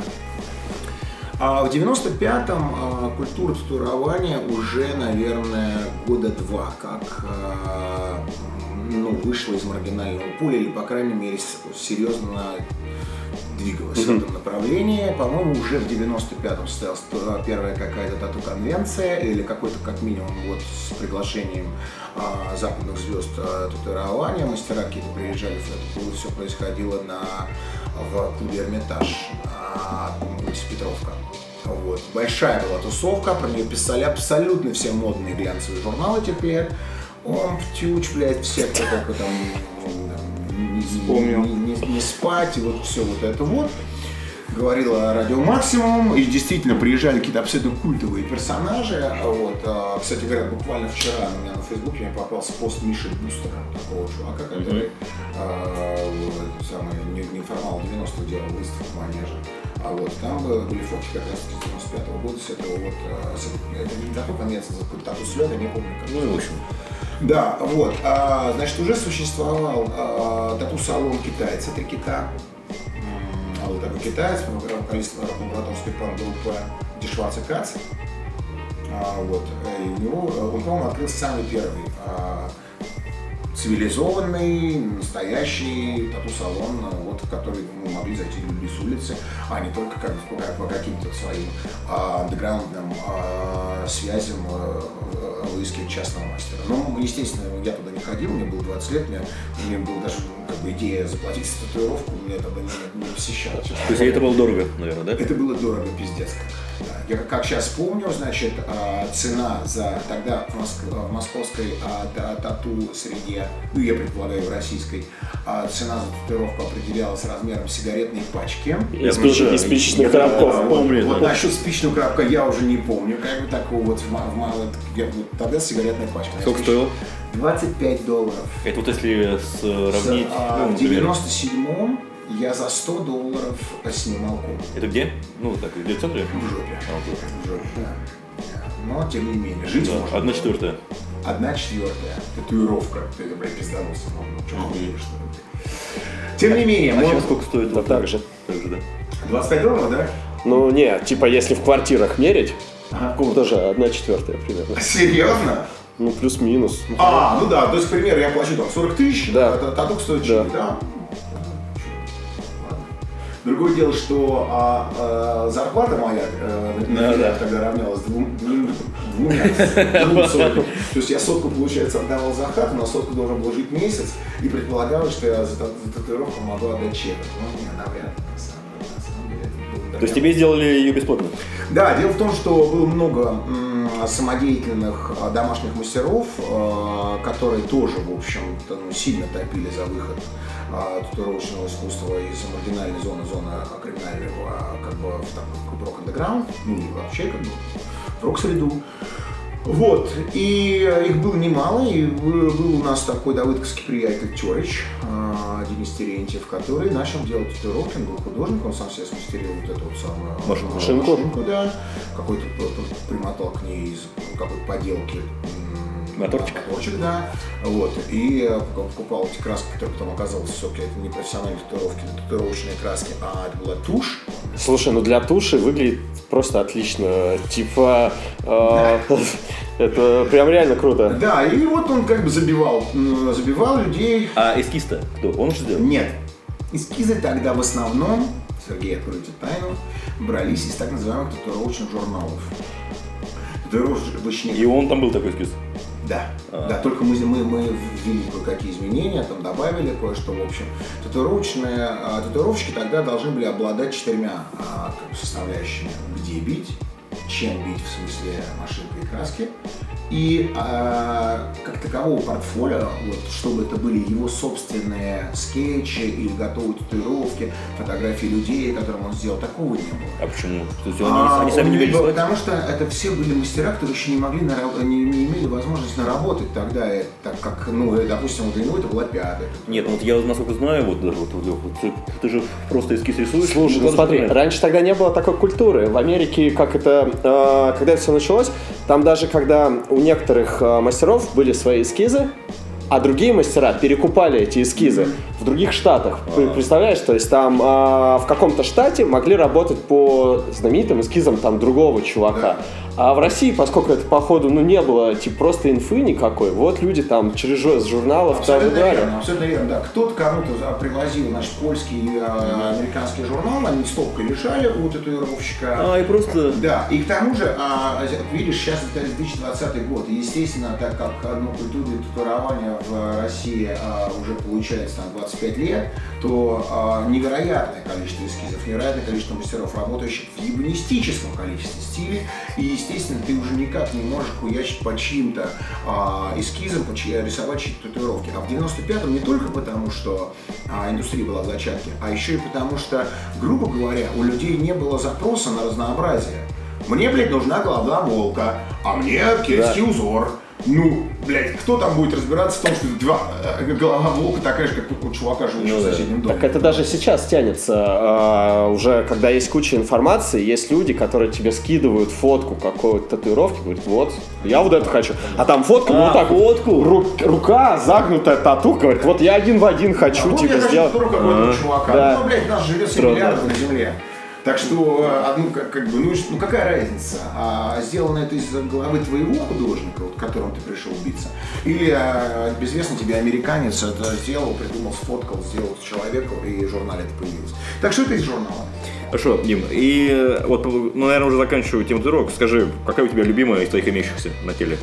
[SPEAKER 2] А в девяносто пятом а, культура татуирования уже, наверное, года два как а, ну, вышла из маргинального поля, или, по крайней мере, серьезно двигалась mm-hmm. в этом направлении. По-моему, уже в девяносто пятом состоялась первая какая-то тату-конвенция, или какой-то, как минимум, вот с приглашением а, западных звезд а, татуирования. Мастера какие-то приезжали, это было все происходило на, в клубе Эрмитаж, а, улица Петровка. Вот. Большая была тусовка, про нее писали абсолютно все модные глянцевые журналы тех лет. Омп, Тюч, блядь, все, кто только там не, Вспомнил. Не, не, не спать, и вот все вот это вот. Говорила Радио Максимум, и действительно приезжали какие-то абсолютно культовые персонажи. Вот. Кстати говоря, буквально вчера у меня на Фейсбуке мне попался пост Миши Бустера, такого чувака, который mm-hmm. э, самый неформал девяностых делал выставку в Манеже. А вот там были фотки как раз с девяносто пятого года, с этого вот, с, это не такой конвенция, за какой-то тату слёт, я не помню как.
[SPEAKER 3] Ну, в общем.
[SPEAKER 2] Да, вот, а, значит, уже существовал а, тату-салон «Китайца», три кита. А вот такой китаец, вокалист лабораторской панк-группы Дишвац и Кац. А, вот, и у него, он, по-моему, открыл самый первый а, цивилизованный, настоящий тату-салон, вот, в который мы могли зайти люди с улицы, а не только как, как по каким-то своим а, андеграундным а, связям а, выискивать частного мастера. Ну, естественно, я туда не ходил, мне было двадцать лет, мне, мне была даже как бы идея заплатить за татуировку, меня тогда не, не посещала.
[SPEAKER 3] То есть это было дорого, наверное, да?
[SPEAKER 2] Это было дорого, пиздец. Да. Я как сейчас помню, значит, цена за тогда в, Моск... в московской тату-среде, ну, я предполагаю, в российской, цена за татуировку определялась размером сигаретной пачки.
[SPEAKER 1] И спичечных коробков.
[SPEAKER 2] Да, помню. Вот, вот насчет спичечного коробка я уже не помню, как бы такого вот, в, в, в, тогда сигаретная пачка.
[SPEAKER 3] Сколько стоило?
[SPEAKER 2] двадцать пять долларов.
[SPEAKER 3] Это вот если сравнить... С,
[SPEAKER 2] а, ну, в девяносто седьмом я за сто долларов снимал комнату.
[SPEAKER 3] Это где? Ну, так, где в центре?
[SPEAKER 2] В жопе.
[SPEAKER 3] А, вот.
[SPEAKER 2] В жопе, да. Но, тем не менее, жить
[SPEAKER 3] да.
[SPEAKER 2] можно.
[SPEAKER 3] Одна четвертая.
[SPEAKER 2] Одна четвертая. Татуировка. Ты это, блядь, пизданулся. Ну, что хуешь, что ли? Тем не менее.
[SPEAKER 3] А
[SPEAKER 2] мы...
[SPEAKER 3] сейчас сколько стоит?
[SPEAKER 1] Да, так же.
[SPEAKER 3] Так же, да.
[SPEAKER 2] двадцать пять долларов, да?
[SPEAKER 1] Ну, не, типа, если в квартирах мерить,
[SPEAKER 2] ага.
[SPEAKER 1] тоже одна четвертая примерно.
[SPEAKER 2] Серьезно?
[SPEAKER 1] Ну, плюс-минус.
[SPEAKER 2] А, ну да, то есть, к примеру, я плачу там сорок тысяч,
[SPEAKER 1] да.
[SPEAKER 2] татук стоит четыре, да? Другое дело, что а, а, зарплата моя э, на да, тогда равнялась двум, двумя, двум соткам. То есть я сотку, получается, отдавал за хату, на сотку должен был жить месяц, и предполагалось, что я за, за татуировку могу отдать чек. Ну, не, навряд ли, на самом деле. На самом деле это было.
[SPEAKER 3] То есть тебе сделали ее бесплатно?
[SPEAKER 2] Да, дело в том, что было много м, самодеятельных а, домашних мастеров, а, которые тоже, в общем-то, ну, сильно топили за выход а, татуировочного искусства из маргинальной зоны, зоны криминального, как бы в такой рок-андеграунд, ну и вообще как бы в рок-среду. Вот, и их было немало, и был у нас такой давыдковский приятель Тёрыч, Денис Терентьев, который начал делать татуировки, он был художник, он сам себе смастерил вот эту вот самую
[SPEAKER 3] машинку,
[SPEAKER 2] машинку, машинку да, какой-то примотал к ней из какой-то поделки.
[SPEAKER 3] Моторчик.
[SPEAKER 2] Моторчик, да. Вот. И покупал эти краски, которые потом оказалось все-таки это не профессиональные татуировки, это татуировочные краски, а это была тушь.
[SPEAKER 1] Слушай, ну для туши выглядит просто отлично. Типа, э, это прям реально круто.
[SPEAKER 2] Да, и вот он как бы забивал, забивал людей.
[SPEAKER 3] А эскиз-то кто? Он что сделал?
[SPEAKER 2] Нет. Эскизы тогда в основном, Сергей, откройте тайну, брались из так называемых татуировочных журналов.
[SPEAKER 3] И он там был такой эскиз?
[SPEAKER 2] Да, а. да, только мы, мы, мы ввели кое-какие изменения, там добавили кое-что, в общем. Татуировочные, а, татуировщики тогда должны были обладать четырьмя а, как бы составляющими. Где бить, чем бить, в смысле машинкой и краски. И а, как такового портфолио, вот, чтобы это были его собственные скетчи или готовые татуировки, фотографии людей, которым он сделал, такого не было.
[SPEAKER 3] А почему? То есть а, они сами не умели рисовать?
[SPEAKER 2] Потому что это все были мастера, которые еще не могли, не, не имели возможности наработать тогда, так как, ну, допустим, вот ну, это была пятая.
[SPEAKER 3] Нет, вот я насколько знаю, вот даже вот, вот, ты, ты же просто эскиз рисуешь.
[SPEAKER 1] Слушай, ну смотри, раньше тогда не было такой культуры. В Америке, как это, э, когда это все началось, там даже когда у некоторых э, мастеров были свои эскизы, а другие мастера перекупали эти эскизы mm-hmm. в других штатах. А-а-а. Представляешь, то есть там э, в каком-то штате могли работать по знаменитым эскизам там другого чувака. Да. А в России, поскольку это, походу, ну, не было, типа, просто инфы никакой, вот люди там через жу- журналов там
[SPEAKER 2] выбрали. Верно, абсолютно верно, да. Кто-то кому-то привозил, значит, польский и э, американский журнал, они стопкой лежали у татуировщика.
[SPEAKER 3] А, и просто...
[SPEAKER 2] Да, и к тому же, а, видишь, сейчас это две тысячи двадцатый год, и, естественно, так как одну культуру татуирования в России а, уже получается там двадцать пять лет, то а, невероятное количество эскизов, невероятное количество мастеров, работающих в ебанистическом количестве стилей, и, естественно, ты уже никак не можешь хуячить по чьим-то а, эскизам, по чьи, рисовать чьи-то татуировки. А в девяносто пятом не только потому, что а, индустрия была в зачатке, а еще и потому, что, грубо говоря, у людей не было запроса на разнообразие. Мне, блядь, нужна голова волка, а мне кельтский да. узор. Ну, блядь, кто там будет разбираться в том, что два, голова волка такая же, как у чувака, живущего ну, в соседнем доме?
[SPEAKER 1] Так это даже сейчас тянется. А, уже когда есть куча информации, есть люди, которые тебе скидывают фотку какой-то татуировки, говорят, вот, я вот это хочу. А там фотка, а, ну так, фотку. Ру, рука, загнутая тату, говорит, вот я один в один хочу,
[SPEAKER 2] а
[SPEAKER 1] типа,
[SPEAKER 2] вот
[SPEAKER 1] сделать.
[SPEAKER 2] Вот я хочу какого-то чувака. Да. Ну, блядь, нас живет семь миллиардов на земле. Так что, ну, как, как бы, ну, ну какая разница, а, сделано это из головы твоего художника, вот, к которому ты пришел биться, или а, безвестный тебе американец это сделал, придумал, сфоткал, сделал человека, и в журнале это появилось. Так что это из журнала.
[SPEAKER 3] Хорошо, Дим, и вот, ну, наверное, уже заканчиваю тему татуировок. Скажи, какая у тебя любимая из твоих имеющихся на теле?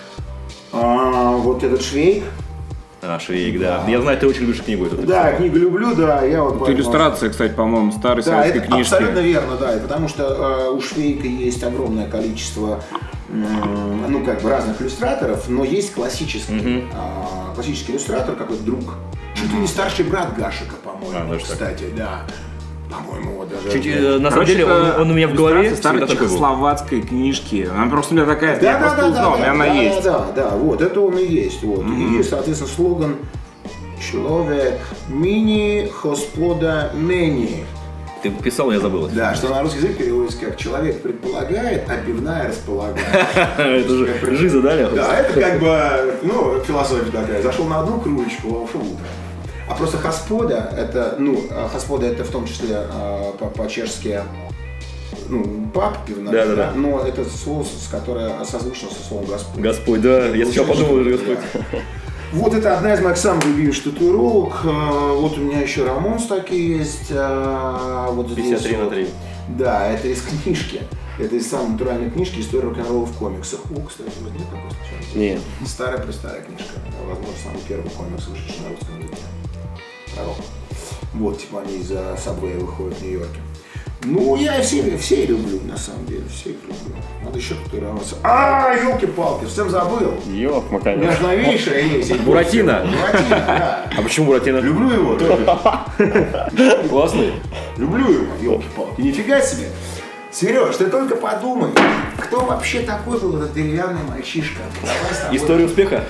[SPEAKER 2] А, вот этот Швейк.
[SPEAKER 3] А, Швейк, да. да. Я знаю, ты очень любишь книгу эту.
[SPEAKER 2] Да, книгу люблю, да. Я вот
[SPEAKER 4] это иллюстрация, кстати, по-моему, старой
[SPEAKER 2] да,
[SPEAKER 4] советской
[SPEAKER 2] это
[SPEAKER 4] книжки.
[SPEAKER 2] Абсолютно верно, да. Потому что э, у Швейка есть огромное количество э, ну, как бы разных иллюстраторов, но есть классический, mm-hmm. э, классический иллюстратор, какой-то друг. Чуть ли не старший брат Гашика, по-моему, а, кстати, так. да. По-моему, вот даже...
[SPEAKER 3] Чуть, э, на самом деле, он, он у меня в голове
[SPEAKER 4] старой чехословацкой книжки. Она просто у меня такая,
[SPEAKER 2] да,
[SPEAKER 4] я
[SPEAKER 2] да,
[SPEAKER 4] просто
[SPEAKER 2] да,
[SPEAKER 4] узнал,
[SPEAKER 2] да,
[SPEAKER 4] у меня
[SPEAKER 2] да,
[SPEAKER 4] она
[SPEAKER 2] да,
[SPEAKER 4] есть.
[SPEAKER 2] Да, да, да, вот, это он и есть. Вот. Mm-hmm. И, соответственно, слоган «Человек мини, господа мени».
[SPEAKER 3] Ты писал, я забыл.
[SPEAKER 2] Да, что на русский язык переводится как «человек предполагает, а пивная располагает».
[SPEAKER 3] Это же жиза, да, Леха?
[SPEAKER 2] Да, это как бы, ну, философия такая. Зашел на одну кружечку, а ушел утро. А просто господа, это, ну, господа это в том числе э, по-чешски, ну, пап, пивная, да, да, да. но это слово, которое созвучно со словом Господь.
[SPEAKER 3] Господь, да, я сначала подумал, что Господь.
[SPEAKER 2] Вот это одна из моих самых любимых татуировок. Вот у меня еще Рамонс такие есть. Вот здесь
[SPEAKER 3] пятьдесят три на три.
[SPEAKER 2] Да, это из книжки. Это из самой натуральной книжки «История рок-н-ролла в комиксах». О, кстати, вот нет такой случайно?
[SPEAKER 1] Нет.
[SPEAKER 2] Старая-престарая книжка. Возможно, самый первый комикс, вышедший на русском языке. Про рок. Вот, типа они из Сабвея выходят в Нью-Йорке. Ну, я все, все люблю, на самом деле, все их люблю. Надо еще татуироваться. А, елки-палки, всем забыл.
[SPEAKER 1] Ёп,
[SPEAKER 2] У меня
[SPEAKER 1] конечно.
[SPEAKER 2] же новейшая есть.
[SPEAKER 3] Буратино.
[SPEAKER 2] Буратино, да.
[SPEAKER 3] А почему Буратино?
[SPEAKER 2] Люблю его тоже.
[SPEAKER 3] Классный.
[SPEAKER 2] Люблю его, елки-палки. Нифига себе. Сереж, ты только подумай, кто вообще такой был этот деревянный мальчишка? Давай с тобой.
[SPEAKER 3] История успеха?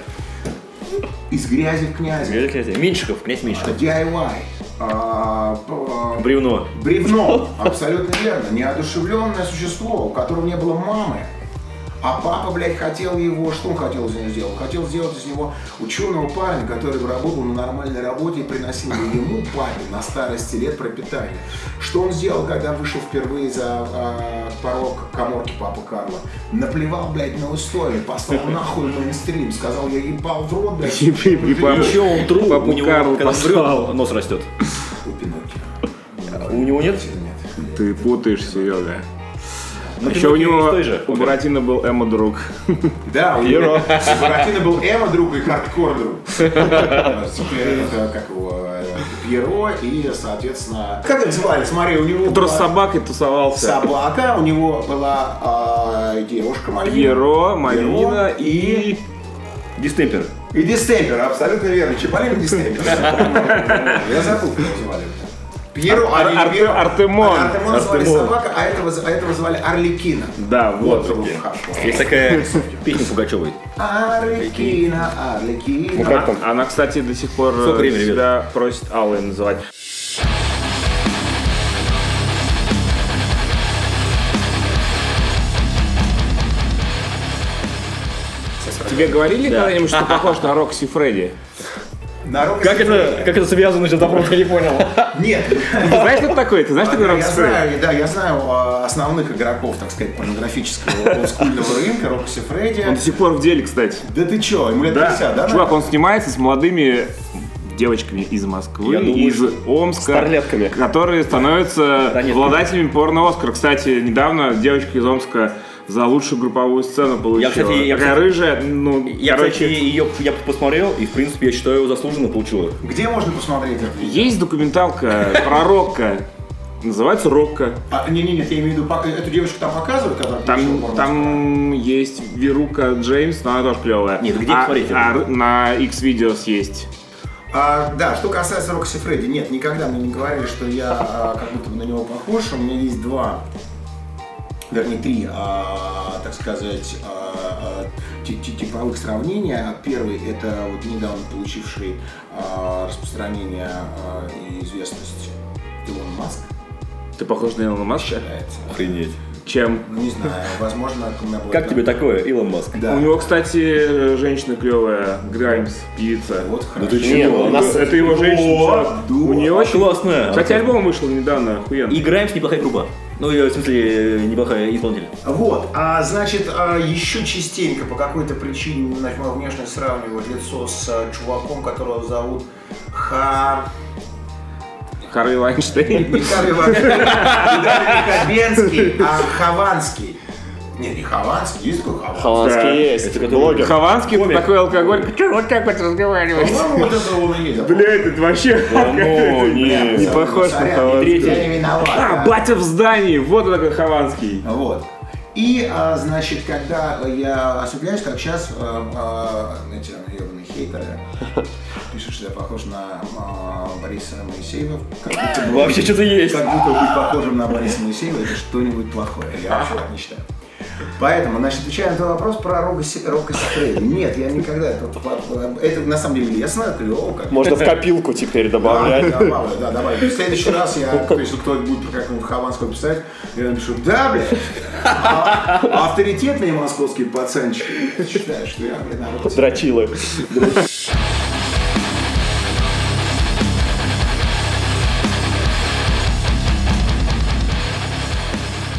[SPEAKER 2] Из грязи в князи.
[SPEAKER 3] Меньшиков, князь Меньшиков.
[SPEAKER 2] ди ай вай. А, а,
[SPEAKER 3] Бревно.
[SPEAKER 2] Бревно, абсолютно верно. Неодушевленное существо, у которого не было мамы. А папа, блядь, хотел его... Что он хотел из него сделать? Хотел сделать из него ученого парня, который работал на нормальной работе и приносил ему, папе, на старости лет пропитание. Что он сделал, когда вышел впервые за э, порог каморки папы Карла? Наплевал, блядь, на историю, послал нахуй мейнстрим, сказал, я ебал в рот, блядь.
[SPEAKER 4] И папу-
[SPEAKER 3] Еще он труп,
[SPEAKER 4] папу
[SPEAKER 3] у него,
[SPEAKER 4] Карлу
[SPEAKER 3] когда
[SPEAKER 4] послал.
[SPEAKER 3] врет, нос растет.
[SPEAKER 2] У Пиноккио.
[SPEAKER 3] У него нет?
[SPEAKER 2] Нет.
[SPEAKER 4] Ты путаешь, Серега.
[SPEAKER 3] Но
[SPEAKER 4] Еще у
[SPEAKER 3] Пиноккио
[SPEAKER 4] него,
[SPEAKER 3] из той же
[SPEAKER 4] у
[SPEAKER 3] оперы.
[SPEAKER 4] Буратино был эмо-друг.
[SPEAKER 2] Да, у него у Буратино был эмо-друг и хардкор-друг. Теперь это как его э, Пьеро и, соответственно... Как их звали? Смотри, у него
[SPEAKER 4] Который с
[SPEAKER 2] была
[SPEAKER 4] собакой тусовался.
[SPEAKER 2] собака, у него была а, девушка Мальвина.
[SPEAKER 4] Пьеро, Мальвина и...
[SPEAKER 3] Дистемпер.
[SPEAKER 2] И Дистемпер, абсолютно верно. Чиполлино Дистемпер. Я забыл, как его звали. Пьеро,
[SPEAKER 4] Ар-
[SPEAKER 2] а не
[SPEAKER 4] Ар-
[SPEAKER 2] Пьеро.
[SPEAKER 4] Артемон.
[SPEAKER 2] А Артемона звали
[SPEAKER 3] Артемон.
[SPEAKER 2] собака, а этого, а этого звали Арлекино.
[SPEAKER 4] Да, вот.
[SPEAKER 2] был хардкор.
[SPEAKER 3] Есть такая песня Пугачевой.
[SPEAKER 2] Арлекино, Арлекино.
[SPEAKER 1] Ну как там?
[SPEAKER 4] Она, кстати, до сих пор
[SPEAKER 3] Сколько времени,
[SPEAKER 4] себя просит Аллой называть. Тебе говорили
[SPEAKER 3] Да.
[SPEAKER 4] когда-нибудь, что похож на Рокси Фредди?
[SPEAKER 2] На Рокки
[SPEAKER 3] Как
[SPEAKER 2] Фредди.
[SPEAKER 3] это, как это связано сейчас, вопрос, я не понял.
[SPEAKER 2] Нет.
[SPEAKER 4] Ты знаешь, что это такое? Ты знаешь, что такое
[SPEAKER 2] Я
[SPEAKER 4] Рокси Фредди?
[SPEAKER 2] знаю, да, я знаю а, основных игроков, так сказать, порнографического олдскульного рынка, Рокси Фредди.
[SPEAKER 4] Он до сих пор в деле, кстати.
[SPEAKER 2] Да ты чё, ему лет пятьдесят, да?
[SPEAKER 4] Чувак, он снимается с молодыми девочками из Москвы,
[SPEAKER 3] Я думаю,
[SPEAKER 4] из
[SPEAKER 3] что
[SPEAKER 4] Омска,
[SPEAKER 1] старлетками.
[SPEAKER 4] которые становятся
[SPEAKER 3] Ранетками.
[SPEAKER 4] обладателями порно-Оскара. Кстати, недавно девочка из Омска за лучшую групповую сцену получила.
[SPEAKER 3] кстати, я,
[SPEAKER 4] Такая
[SPEAKER 3] кстати,
[SPEAKER 4] рыжая, ну,
[SPEAKER 3] Я,
[SPEAKER 4] короче...
[SPEAKER 3] кстати, ее я посмотрел, и, в принципе, я считаю, заслуженно получила.
[SPEAKER 2] Где можно посмотреть это?
[SPEAKER 4] Есть документалка про Рокко. Называется «Рокко».
[SPEAKER 2] А, не, не, нет, я имею в виду, пока- эту девочку там показывают, которая получила
[SPEAKER 4] Там,
[SPEAKER 2] порно?
[SPEAKER 4] там есть Верука Джеймс, но она тоже клевая.
[SPEAKER 3] Нет, где
[SPEAKER 4] а,
[SPEAKER 3] смотреть
[SPEAKER 4] а
[SPEAKER 3] это?
[SPEAKER 4] на X-Videos есть.
[SPEAKER 2] А, да, что касается Рокси Фредди, нет, никогда мне не говорили, что я а, как будто бы на него похож. У меня есть два, вернее три, а, так сказать, а, а, ти- ти- типовых сравнения. Первый — это вот недавно получивший а, распространение а, и известность Илон Маск.
[SPEAKER 4] Ты похож на Илона Маска?
[SPEAKER 2] Считается.
[SPEAKER 3] Охренеть.
[SPEAKER 4] Чем?
[SPEAKER 2] Ну, не знаю, возможно, у меня будет...
[SPEAKER 3] Как тебе такое, Илон Маск?
[SPEAKER 2] Да.
[SPEAKER 4] У него, кстати, женщина клевая, Граймс, певица.
[SPEAKER 2] Вот
[SPEAKER 3] Ну
[SPEAKER 2] хорошо.
[SPEAKER 3] ты
[SPEAKER 1] Не,
[SPEAKER 3] чего?
[SPEAKER 1] у нас-
[SPEAKER 4] Это его женщина.
[SPEAKER 2] да.
[SPEAKER 4] У нее очень...
[SPEAKER 3] Классная.
[SPEAKER 4] Кстати, альбом вышел недавно, охуенно.
[SPEAKER 3] И Граймс неплохая группа. Ну, я, в смысле, неплохая исполнитель.
[SPEAKER 2] Вот, а значит, а, еще частенько по какой-то причине значит, моя внешность сравнивают лицо с а, чуваком, которого зовут Ха...
[SPEAKER 4] Харви Вайнштейн.
[SPEAKER 2] Не Харви Вайнштейн, не Хабенский, а Хованский. Не, не Хованский, есть такой Хованский?
[SPEAKER 1] Хованский
[SPEAKER 4] Да.
[SPEAKER 1] есть,
[SPEAKER 3] Это
[SPEAKER 1] блогер.
[SPEAKER 4] Хованский это
[SPEAKER 3] Комик.
[SPEAKER 4] такой алкоголь, который вот так вот разговаривает.
[SPEAKER 2] По-моему, вот это он и есть.
[SPEAKER 4] Блять, это вообще
[SPEAKER 3] Ну, не.
[SPEAKER 4] не похож на
[SPEAKER 2] Сорян,
[SPEAKER 4] Хованского.
[SPEAKER 2] Я не виноват.
[SPEAKER 4] А,
[SPEAKER 2] да.
[SPEAKER 4] батя в здании, вот он такой Хованский.
[SPEAKER 2] Вот. И, а, значит, когда я осветляюсь, как сейчас, а, а, эти ебаные хейтеры пишут, что я похож на а, Бориса Моисеева. Как будто бы-
[SPEAKER 3] Вообще что-то есть.
[SPEAKER 2] Как будто быть похожим на Бориса Моисеева — это что-нибудь плохое. Я вообще так не считаю. Поэтому, значит, отвечая на твой вопрос про Рокко Сифредди. Нет, я никогда... Это, это на самом деле лестно, клево. Как
[SPEAKER 1] Можно в копилку теперь добавлять.
[SPEAKER 2] да, добавлю, да, добавлю. В следующий раз, я, то есть, если кто-то будет про какого-нибудь Хованского писать, я напишу: да, блядь, а, авторитетные московские пацанчики считают, что я, блядь, народ.
[SPEAKER 1] Дрочилы.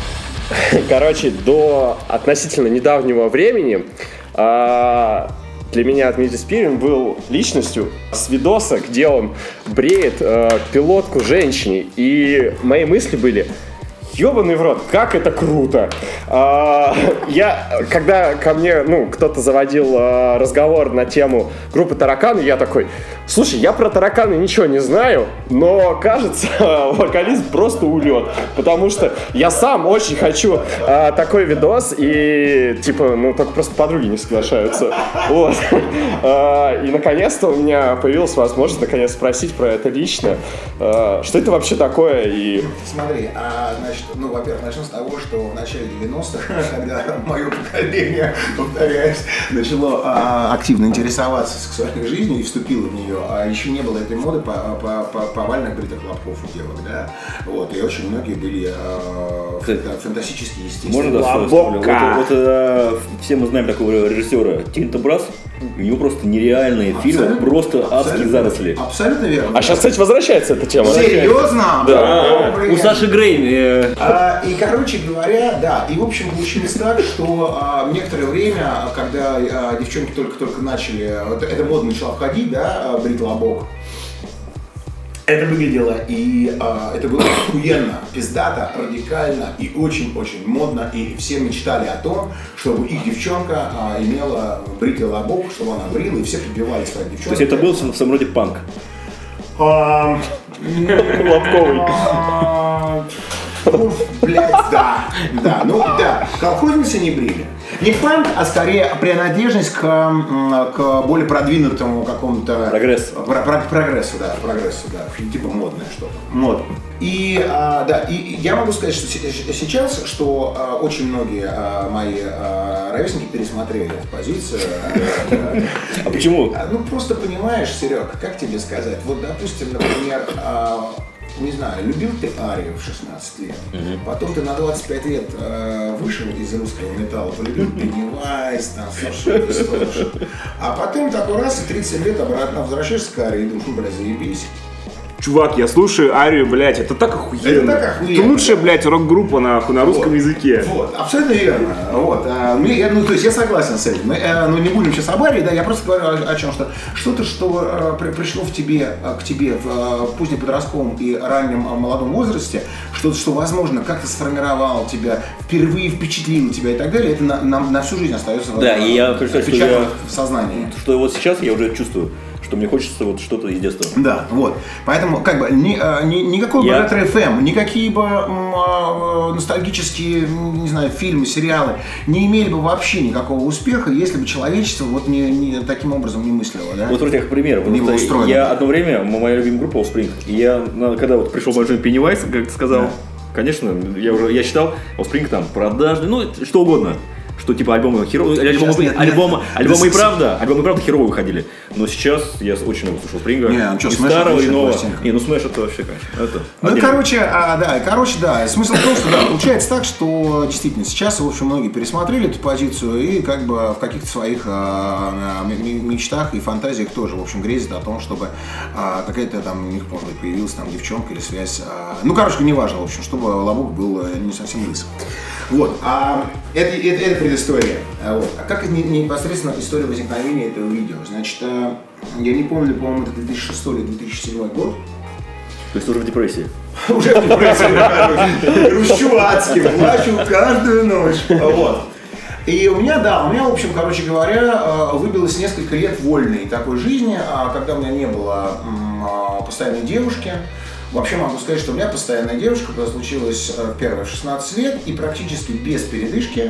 [SPEAKER 1] Короче, до относительно недавнего времени а, для меня Дмитрий Спирин был личностью с видоса, где он бреет э, пилотку женщине. И мои мысли были: ёбаный в рот, как это круто! А, я, когда ко мне, ну, кто-то заводил а, разговор на тему группы «Тараканы», я такой: слушай, я про «Тараканы» ничего не знаю, но, кажется, вокалист просто улет, потому что я сам очень хочу а, такой видос, и, типа, ну, только просто подруги не соглашаются. Вот. А, и, наконец-то, у меня появилась возможность, наконец, спросить про это лично. А, что это вообще такое? И...
[SPEAKER 2] Смотри, а, значит, ну, во-первых, начну с того, что в начале девяностых, когда мое поколение, повторяюсь, начало а, активно интересоваться сексуальной жизнью и вступило в нее, а еще не было этой моды по, по, по, повальных бритых лобков у девок, да, вот, и очень многие были а, фанта- фантастические, естественно.
[SPEAKER 3] Можно, да, вот, вот, вот, все мы знаем такого режиссера Тинто Брас. У него просто нереальные фильмы, просто адские заросли.
[SPEAKER 2] Абсолютно верно.
[SPEAKER 1] А сейчас, кстати, возвращается эта тема.
[SPEAKER 2] Серьезно?
[SPEAKER 3] Да. У Саши Грей.
[SPEAKER 2] А, и, короче говоря, да, и, в общем, получилось так, что а, некоторое время, когда а, девчонки только-только начали, это, это мода начала входить, да, брит лобок, это выглядело, и а, это было охуенно, пиздато, радикально и очень-очень модно, и все мечтали о том, чтобы их девчонка а, имела бритый лобок, чтобы она брила, и все прибивали своих девчонок.
[SPEAKER 3] То есть это был в своем роде панк?
[SPEAKER 1] Лобковый.
[SPEAKER 2] Ну, блядь, да, да, ну да, колхозницы не брили. Не панк, а скорее принадлежность к, к более продвинутому какому-то...
[SPEAKER 3] Прогрессу.
[SPEAKER 2] Про, про, прогрессу, да, прогрессу, да, типа модное что-то. Мод. И, а, да, и я могу сказать, что сейчас, что а, очень многие а, мои а, ровесники пересмотрели эту позицию.
[SPEAKER 3] А почему?
[SPEAKER 2] Ну, просто понимаешь, Серег, как тебе сказать, вот, допустим, например, не знаю, любил ты Арию в шестнадцать лет, uh-huh. потом ты на двадцать пять лет э, вышел из русского металла, полюбил Пеннивайз, там, Старший Пистолши, а потом такой раз и тридцать лет обратно возвращаешься к Арии и думаешь, ну, бля, заебись.
[SPEAKER 4] Чувак, я слушаю Арию, блядь, это так охуенно.
[SPEAKER 2] Это так охуенно.
[SPEAKER 4] Это лучшая, блядь, рок-группа нахуй на русском
[SPEAKER 2] вот,
[SPEAKER 4] языке.
[SPEAKER 2] Вот, абсолютно верно. Вот, а, ну, я, ну, то есть я согласен с этим. Мы, а, ну, не будем сейчас об Арии, да, я просто говорю о, о чем, что что-то, что а, при, пришло в тебе, а, к тебе в а, позднем подростковом и раннем а, молодом возрасте, что-то, что, возможно, как-то сформировало тебя, впервые впечатлило тебя и так далее, это на, на, на всю жизнь остается
[SPEAKER 3] да,
[SPEAKER 2] в,
[SPEAKER 3] и я хочу сказать, что я,
[SPEAKER 2] в сознании.
[SPEAKER 3] Что вот сейчас я уже чувствую, что мне хочется вот что-то из детства.
[SPEAKER 2] Да, вот. Поэтому, как бы, ни, ни, никакой
[SPEAKER 3] я...
[SPEAKER 2] Ретро эф эм, никакие бы м, ностальгические, не знаю, фильмы, сериалы не имели бы вообще никакого успеха, если бы человечество вот не, не таким образом не мыслило, да?
[SPEAKER 3] Вот вроде как пример.
[SPEAKER 2] Не было устроено.
[SPEAKER 3] Я одно время, моя любимая группа Offspring, и я, когда вот пришел большой Пеннивайз, как ты сказал, да. Конечно, я уже, я считал Offspring там продажный, ну, что угодно. Что типа альбомы херовые, альбомы, нет, альбомы, нет. альбомы и правда, альбомы и правда херовые выходили. Но сейчас я очень много слушал Спринга.
[SPEAKER 2] Не, ну что,
[SPEAKER 3] и старого, и нового.
[SPEAKER 2] Пластинка.
[SPEAKER 3] Не, ну Смэш это вообще, конечно. Это
[SPEAKER 2] ну,
[SPEAKER 3] отдельно.
[SPEAKER 2] короче, а, да, короче, да. Смысл в том, что да, получается так, что действительно сейчас, в общем, многие пересмотрели эту позицию и как бы в каких-то своих а, мечтах и фантазиях тоже, в общем, грезят о том, чтобы а, какая-то там у них, может быть, появилась там девчонка или связь. А, ну, короче, неважно, в общем, чтобы лобок был не совсем лысый. Вот, а это, это, это предыстория. Вот. А как непосредственно история возникновения этого видео? Значит, я не помню, по-моему, это две тысячи шестой или две тысячи седьмой год.
[SPEAKER 3] То есть уже в депрессии?
[SPEAKER 2] Уже в депрессии, грущу адски, плачу каждую ночь. Вот. И у меня, да, у меня, в общем, короче говоря, выбилось несколько лет вольной такой жизни, когда у меня не было постоянной девушки. Вообще могу сказать, что у меня постоянная девушка случилась первая в шестнадцать лет и практически без передышки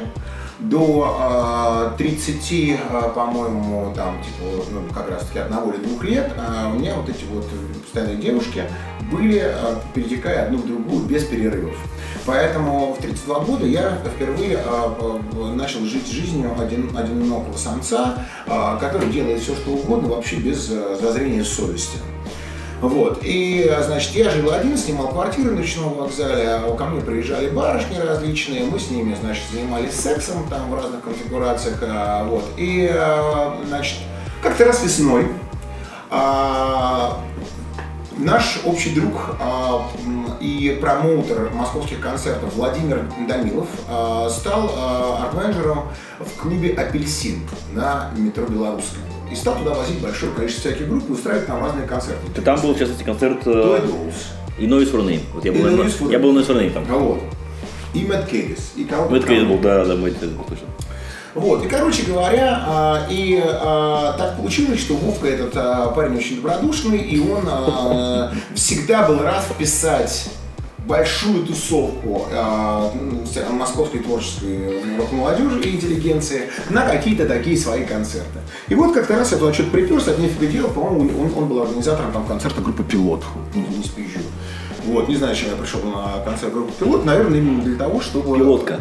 [SPEAKER 2] до тридцати, по-моему, там, типа, ну, как раз таки одного или двух лет, у меня вот эти вот постоянные девушки были, перетекая одну в другую без перерывов. Поэтому в тридцать два года я впервые начал жить жизнью один, одинокого самца, который делает все, что угодно, вообще без зазрения совести. Вот, и, значит, я жил один, снимал квартиру на Речном вокзале, ко мне приезжали барышни различные, мы с ними, значит, занимались сексом там в разных конфигурациях, вот, и, значит, как-то раз весной а, наш общий друг а, и промоутер московских концертов Владимир Данилов а, стал а, арт-менеджером в клубе «Апельсин» на метро Белорусском. и стал туда возить большое количество всяких групп и устраивать там разные концерты.
[SPEAKER 3] Ты там был, в частности, концерт
[SPEAKER 2] Toy
[SPEAKER 3] и Noise for Name. Вот я был, на, я был Noise for Name там.
[SPEAKER 2] Вот. И Мэтт Кэдис.
[SPEAKER 3] Мэтт Кэдис был, да, да, Мэтт Кэдис был точно.
[SPEAKER 2] Вот, и, короче говоря, а, и а, так получилось, что Вовка этот а, парень очень добродушный, и он а, всегда был рад вписать большую тусовку а, московской творческой рок-молодежи и интеллигенции на какие-то такие свои концерты. И вот как-то раз я туда что-то приперся, от нифига делал, по-моему, он, он был организатором там концерта группы «Пилот», не, не спизжу. Вот, не знаю, чем я пришел на концерт группы «Пилот», наверное, именно для того, чтобы...
[SPEAKER 3] Пилотка.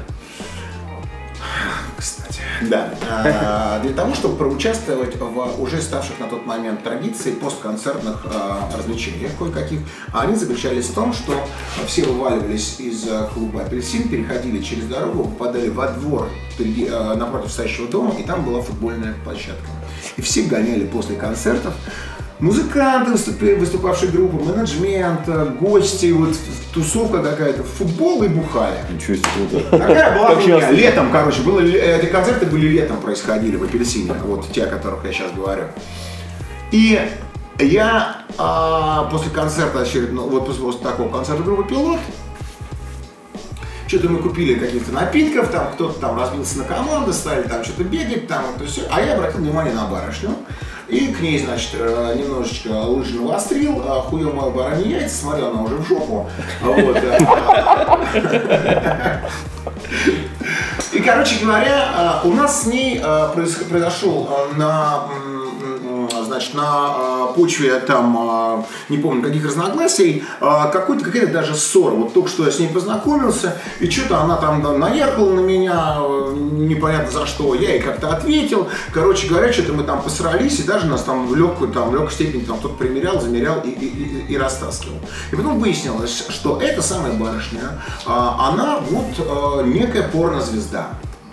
[SPEAKER 2] Кстати, да. А, для того, чтобы проучаствовать в уже ставших на тот момент традиции постконцертных а, развлечениях кое-каких, они заключались в том, что все вываливались из клуба «Апельсин», переходили через дорогу, попадали во двор а, напротив стоящего дома, и там была футбольная площадка. И все гоняли после концертов. Музыканты, выступавшие группы, менеджмент, гости, вот тусовка какая-то, футбол и бухали.
[SPEAKER 3] Ничего себе, круто.
[SPEAKER 2] Такая была хуйня. Летом, короче, было, эти концерты были летом, происходили в «Апельсине», вот те, о которых я сейчас говорю. И я а, после концерта очередного, вот после такого концерта группы «Пилот», что-то мы купили каких-то напитков, там кто-то там разбился на команды, стали там что-то бегать, там вот все. А я обратил внимание на барышню. И к ней, значит, немножечко лыжи навострил, хуел мою баранье яйца, смотрел, она уже в жопу. Вот. И, короче говоря, у нас с ней произошел на... Значит, на э, почве там, э, не помню, каких разногласий, э, какой-то, какая-то даже ссора. Вот только что я с ней познакомился, и что-то она там да, наехала на меня, э, непонятно за что, я ей как-то ответил. Короче говоря, что-то мы там посрались, и даже нас там в легкую, там, в легкой степени там кто-то примерял, замерял и, и, и, и растаскивал. И потом выяснилось, что эта самая барышня, э, она вот э, некая порнозвезда.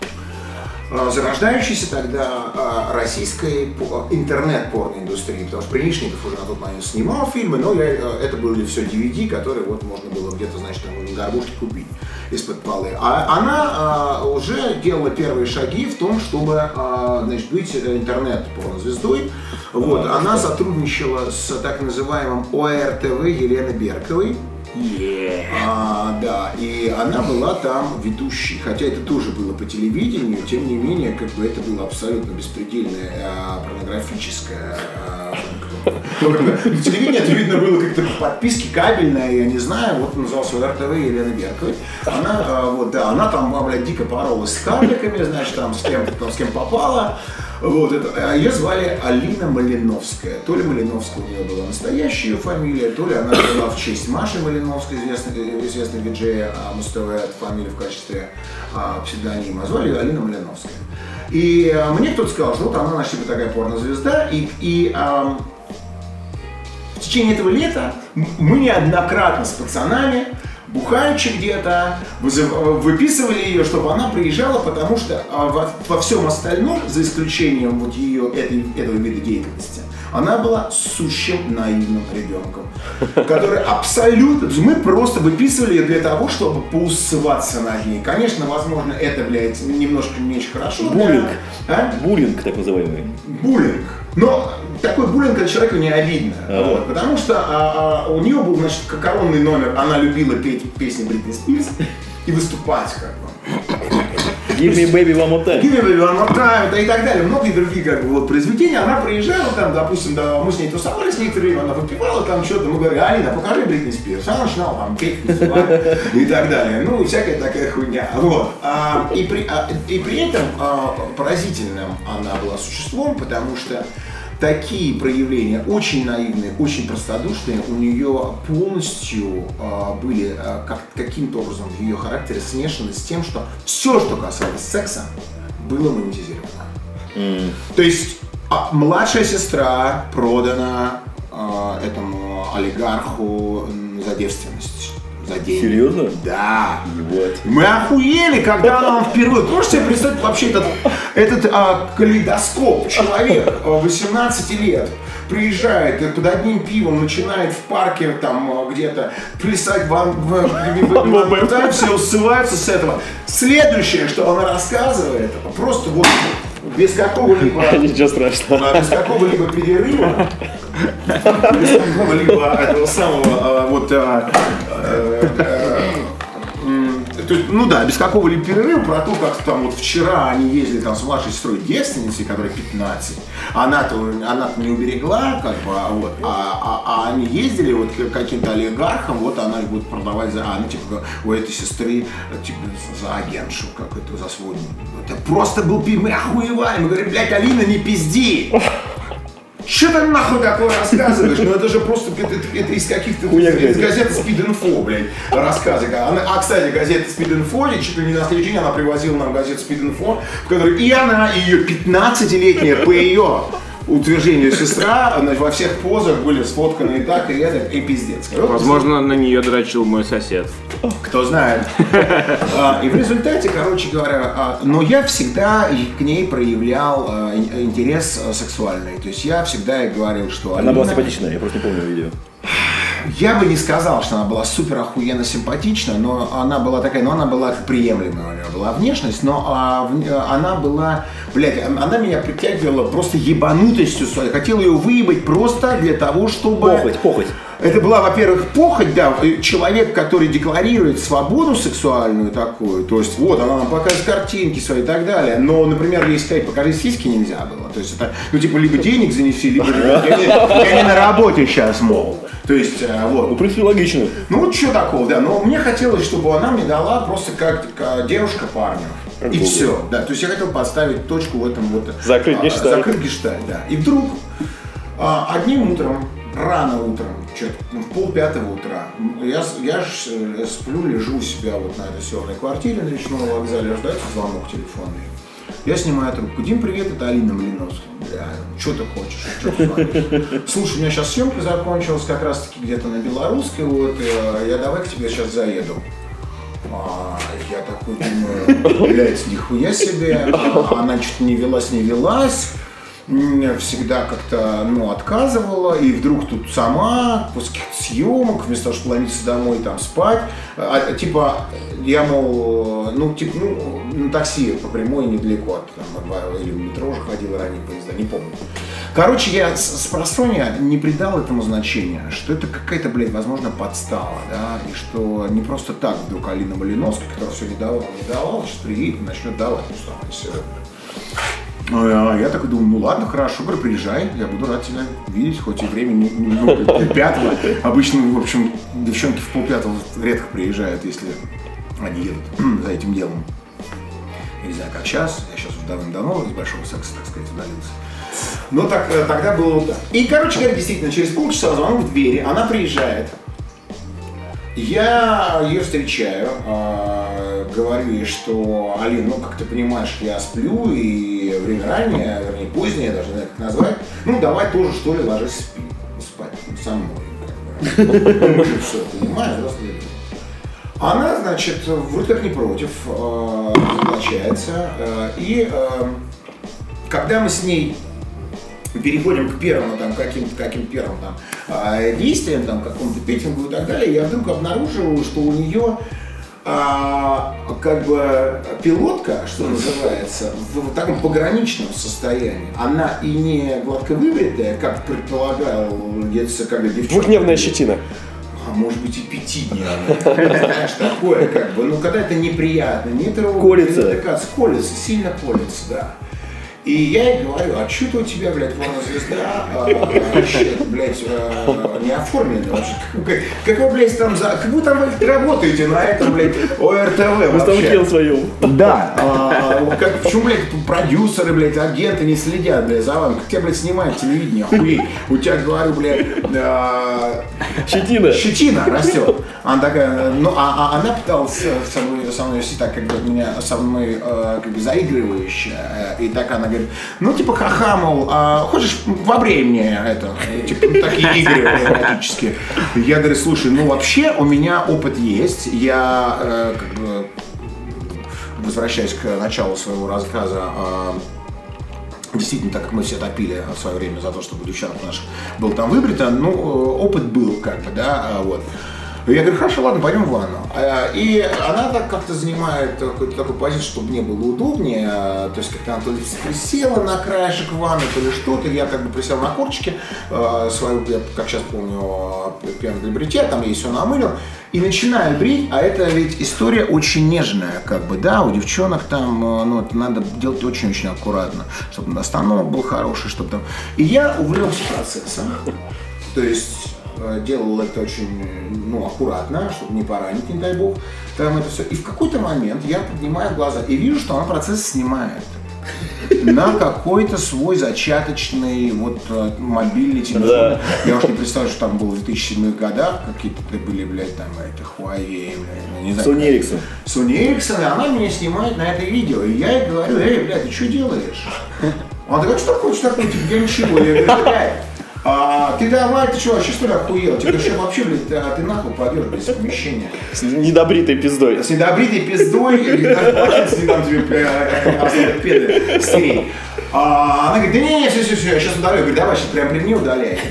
[SPEAKER 2] Зарождающейся тогда российской интернет-порно-индустрии, потому что Приличников уже на тот момент снимал фильмы, но я, это были все ди ви ди, которые вот можно было где-то, значит, там на горбушке купить из-под полы. А она а, уже делала первые шаги в том, чтобы а, значит, быть интернет-порно-звездой. Вот. А, она что? сотрудничала с так называемым о эр тэ вэ Еленой Берковой.
[SPEAKER 3] Yeah.
[SPEAKER 2] А, да, и она была там ведущей, хотя это тоже было по телевидению, тем не менее, как бы это было абсолютно беспредельное, а, порнографическое. А, ну, как бы, телевидение это видно было как-то по подписке кабельное, я не знаю, вот назывался о эр тэ вэ Елена Берковой. Она, а, вот, да, она там, блядь, дико поролась с карликами, значит, там с кем, там, с кем попала. Вот это, ее звали Алина Малиновская. То ли Малиновская у нее была настоящая ее фамилия, то ли она была в честь Маши Малиновской, известной, известной виджея Муз-ТВ, фамилию в качестве а, псевдонима. Звали ее Алина Малиновская. И а, мне кто-то сказал, что вот она, значит, типа такая порнозвезда. И, и а, в течение этого лета мы неоднократно с пацанами, бухаючи где-то, выписывали ее, чтобы она приезжала, потому что во, во всем остальном, за исключением вот ее этой, этого вида деятельности, она была сущим наивным ребенком, который абсолютно... Мы просто выписывали ее для того, чтобы поусываться над ней. Конечно, возможно, это, блядь, немножко не очень хорошо.
[SPEAKER 3] Буллинг.
[SPEAKER 2] А?
[SPEAKER 3] Буллинг, так называемый.
[SPEAKER 2] Буллинг. Но такой буллинг от человека не обидно, а-а-а. Вот, потому что а, а, у нее был, значит, коронный номер, она любила петь песни Бритни Спирс и выступать как бы.
[SPEAKER 3] Give me baby one more time.
[SPEAKER 2] Give me baby one more time, да и так далее. Многие другие как бы, вот, произведения. Она приезжала, там, допустим, да, мы с ней тусовались некоторое время, она выпивала там что-то, мы говорили, Алина, покажи Бритни Спирс. Она начинала там петь, и так далее. Ну, всякая такая хуйня. Вот. А, и, при, а, и при этом а, поразительным она была существом, потому что такие проявления, очень наивные, очень простодушные, у нее полностью э, были э, как, каким-то образом в ее характере смешаны с тем, что все, что касалось секса, было монетизировано. Mm. То есть а, младшая сестра продана э, этому олигарху за девственность. За деньги.
[SPEAKER 3] Серьезно?
[SPEAKER 2] Да.
[SPEAKER 3] Ебать.
[SPEAKER 2] Мы охуели, когда она нам впервые. Можете себе представить вообще этот, этот а, калейдоскоп? Человек восемнадцати лет приезжает и под одним пивом начинает в парке там где-то плясать в все усываются с этого. Следующее, что она рассказывает, просто вот без какого-либо...
[SPEAKER 1] Ничего страшного.
[SPEAKER 2] Без какого-либо перерыва, без какого-либо этого самого вот... То есть, ну да, без какого-либо перерыва про то, как там вот вчера они ездили там с младшей сестрой девственницей, которой пятнадцать, она-то, она-то не уберегла, как бы, вот, а, а, а они ездили вот к каким-то олигархам, вот она их будет продавать за, а, ну типа, у этой сестры, типа, за агентшу какой-то, за свой, это просто был, мы охуевали, мы говорим, блядь, Алина, не пизди! Что ты нахуй такое рассказываешь? Ну это же просто это, это из каких-то из газеты Speed.Info, блядь, рассказы. А, кстати, газета Speed.Info, чуть ли не на следующий день она привозила нам газету Speed.Info, в которой и она, и ее пятнадцатилетняя по ее утверждению сестра, значит, во всех позах были сфотканы и так, и это, и пиздец.
[SPEAKER 4] Возможно, на нее дрочил мой сосед.
[SPEAKER 2] Кто знает. И в результате, короче говоря, но я всегда к ней проявлял интерес сексуальный. То есть я всегда ей говорил, что...
[SPEAKER 3] Она была симпатичная, я просто не помню видео.
[SPEAKER 2] Я бы не сказал, что она была супер охуенно симпатична, но она была такая, но она была приемлемая, у нее была внешность, но а, она была, блядь, она меня притягивала просто ебанутостью своей, хотела ее выебать просто для того, чтобы...
[SPEAKER 3] Похоть, похоть.
[SPEAKER 2] Это была, во-первых, похоть, да, человек, который декларирует свободу сексуальную такую, то есть вот, она нам показывает картинки свои и так далее, но, например, если сказать, покажи сиськи, нельзя было, то есть это, ну, типа, либо денег занеси, либо я не на работе сейчас, мол. То есть, вот.
[SPEAKER 3] Ну, в принципе, логично.
[SPEAKER 2] Ну, вот что такого, да. Но мне хотелось, чтобы она мне дала просто как, как девушка парню. И Google. Все, да. То есть я хотел поставить точку в этом вот...
[SPEAKER 1] Закрыть гештальт.
[SPEAKER 2] Закрыть гештальт, да. И вдруг а, одним утром, рано утром, что-то ну, в полпятого утра, я, я ж сплю, лежу у себя вот на этой съемной квартире на Речном вокзале, раздается звонок телефонный. Я снимаю трубку. Дим, привет, это Алина Малиновская. Бля, что ты хочешь? Что ты звонишь? Слушай, у меня сейчас съемка закончилась как раз таки где-то на Белорусской, вот, я давай к тебе сейчас заеду. А, я такой думаю, блядь, нихуя себе. А, она что-то не велась, не велась. Всегда как-то, ну, отказывала, и вдруг тут сама, после каких-то съемок, вместо того, чтобы ломиться домой, там, спать, а, типа, я, мол, ну, типа, ну, на такси по прямой недалеко от, там, или в метро уже ходила ранее поезда, не помню. Короче, я с, с просонья не придал этому значения, что это какая-то, блядь, возможно, подстава, да, и что не просто так вдруг Алина Малиновская, которая все не давала, не давала, сейчас приедет и начнет давать, ну, что, если... Я такой думаю, ну ладно, хорошо, говорю, приезжай, я буду рад тебя видеть, хоть и время не, ну, пятого. Обычно, в общем, девчонки в полпятого редко приезжают, если они едут за этим делом. Я не знаю, как сейчас, я сейчас уже давным-давно из большого секса, так сказать, удалился. Но так, тогда было вот так. И, короче говоря, действительно, через полчаса звонок в двери, она приезжает. Я ее встречаю, э, говорю ей, что, Алин, ну, как ты понимаешь, я сплю, и время раннее, вернее, позднее, я даже не знаю, как назвать. Ну, давай тоже, что ли, ложись спи, спать со мной. Мы же все понимаем, взрослые люди. Она, значит, вроде как не против, э, соглашается, э, и э, когда мы с ней переходим к первому, там, каким-то, каким первым там, действиям, там, какому-то петингу и так далее, я вдруг обнаруживаю, что у нее а, как бы пилотка, что называется, в, в таком пограничном состоянии. Она и не гладко выбритая, как предполагал где-то, когда девчонка...
[SPEAKER 1] Двухдневная щетина.
[SPEAKER 2] А может быть и пятидневная. Знаешь, такое как бы, ну когда это неприятно, не трогать,
[SPEAKER 3] колется.
[SPEAKER 2] Колется, сильно колется, да. И я ей говорю, а что-то у тебя, блядь, порнозвезда, а, вообще, блядь, а, не оформлена вообще. Как, как вы, блядь, там, за, как вы там работаете на этом, блядь, ОРТВ
[SPEAKER 3] вообще? Станке своем.
[SPEAKER 2] Да. А, как, почему, блядь, продюсеры, блядь, агенты не следят, блядь, за вами? Как тебя, блядь, снимают телевидение, охуеть. У тебя, говорю, блядь, а,
[SPEAKER 1] щетина.
[SPEAKER 2] Щетина растет. Она такая, ну, а, а она пыталась со мной, со мной так, как бы, меня, со мной, э, как бы, заигрывающая, и так она говорит, ну, типа, ха-ха, мол, а, хочешь, вобрей мне это, типа, такие игры эротические. Я говорю, слушай, ну, вообще, у меня опыт есть, я, э, как бы, возвращаясь к началу своего рассказа, э, действительно, так как мы все топили в свое время за то, чтобы девчонок наших был там выбрито, ну, опыт был, как бы, да, вот. Я говорю, хорошо, ладно, пойдем в ванну. И она так как-то занимает какую-то такую позицию, чтобы мне было удобнее. То есть как-то она то ли присела на краешек ванны, то ли что-то. Я как бы присел на корточки, свою, я, как сейчас помню, пену для бритья, там я все намылил. И начинаю брить, а это ведь история очень нежная, как бы, да, у девчонок там, ну, это надо делать очень-очень аккуратно, чтобы остановок был хороший, чтобы там... И я увлекся процессом, то есть делал это очень, ну, аккуратно, чтобы не поранить, не дай бог, там это все. И в какой-то момент я поднимаю глаза и вижу, что она процесс снимает на какой-то свой зачаточный вот мобильный телефон. Да. Я уж не представляю, что там было в две тысячи седьмых годах, какие-то были, блядь, там, это, Huawei, блядь, не знаю.
[SPEAKER 3] Sony Ericsson.
[SPEAKER 2] Sony Ericsson, и она меня снимает на это видео. И я ей говорю, эй, блядь, ты что делаешь? Она такая, что такое, что такое, я ничего. Я говорю, блядь, а, ты давай, ты что, вообще что ли охуел? Тебе говорю, что вообще, блядь, а ты нахуй пойдешь без помещения.
[SPEAKER 1] С недобритой пиздой.
[SPEAKER 2] С недобритой пиздой, или даже платьице, там тебе, блядь, педы стереть. А, она говорит, да не, не, все, все, все, я сейчас удалю. Я говорю, давай, сейчас прям при мне удаляй.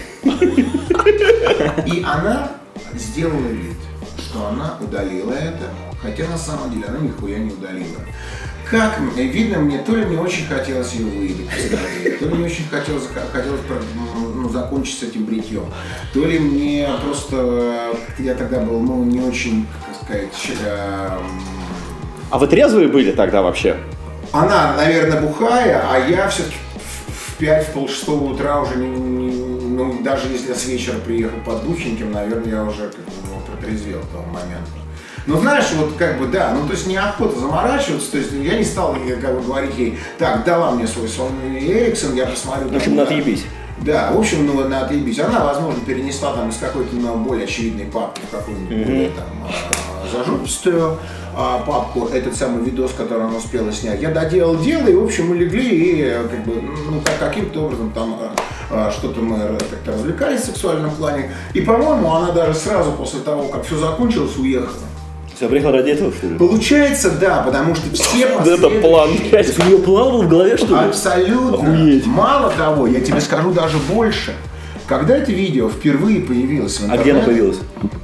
[SPEAKER 2] И она сделала вид, что она удалила это, хотя на самом деле она нихуя не удалила. Как видно, мне то ли не очень хотелось ее выебать, то ли не очень хотелось, хотелось ну, закончить с этим бритьем, то ли мне просто, я тогда был, ну, не очень, как сказать... Э,
[SPEAKER 1] а вы трезвые были тогда вообще?
[SPEAKER 2] Она, наверное, бухая, а я все-таки в пять, в полшестого утра уже, не, не, ну, даже если я с вечера приехал под бухеньким, наверное, я уже как бы, ну, протрезвел к тому моменту. Ну, знаешь, вот как бы, да, ну, то есть неохота заморачиваться, то есть я не стал как бы говорить ей, так, дала мне свой Sony Ericsson, я посмотрю.
[SPEAKER 3] В общем, на отъебись.
[SPEAKER 2] Да, в общем, ну, на отъебись. Она, возможно, перенесла там из какой-то, ну, более очевидной папки в какую-нибудь mm-hmm. более там зажопистую а, папку, этот самый видос, который она успела снять. Я доделал дело, и, в общем, мы легли, и как бы, ну, как, каким-то образом там а, что-то мы как-то развлекались в сексуальном плане. И, по-моему, она даже сразу после того, как все закончилось, уехала.
[SPEAKER 3] Все, приехал ради этого, что ли?
[SPEAKER 2] Получается, да, потому что все последующие...
[SPEAKER 1] Это план, блядь.
[SPEAKER 3] У нее план был в голове, что ли?
[SPEAKER 2] Абсолютно. Охуеть. Мало того, я тебе скажу даже больше. Когда это видео впервые появилось в интернете...
[SPEAKER 3] А где оно появилось?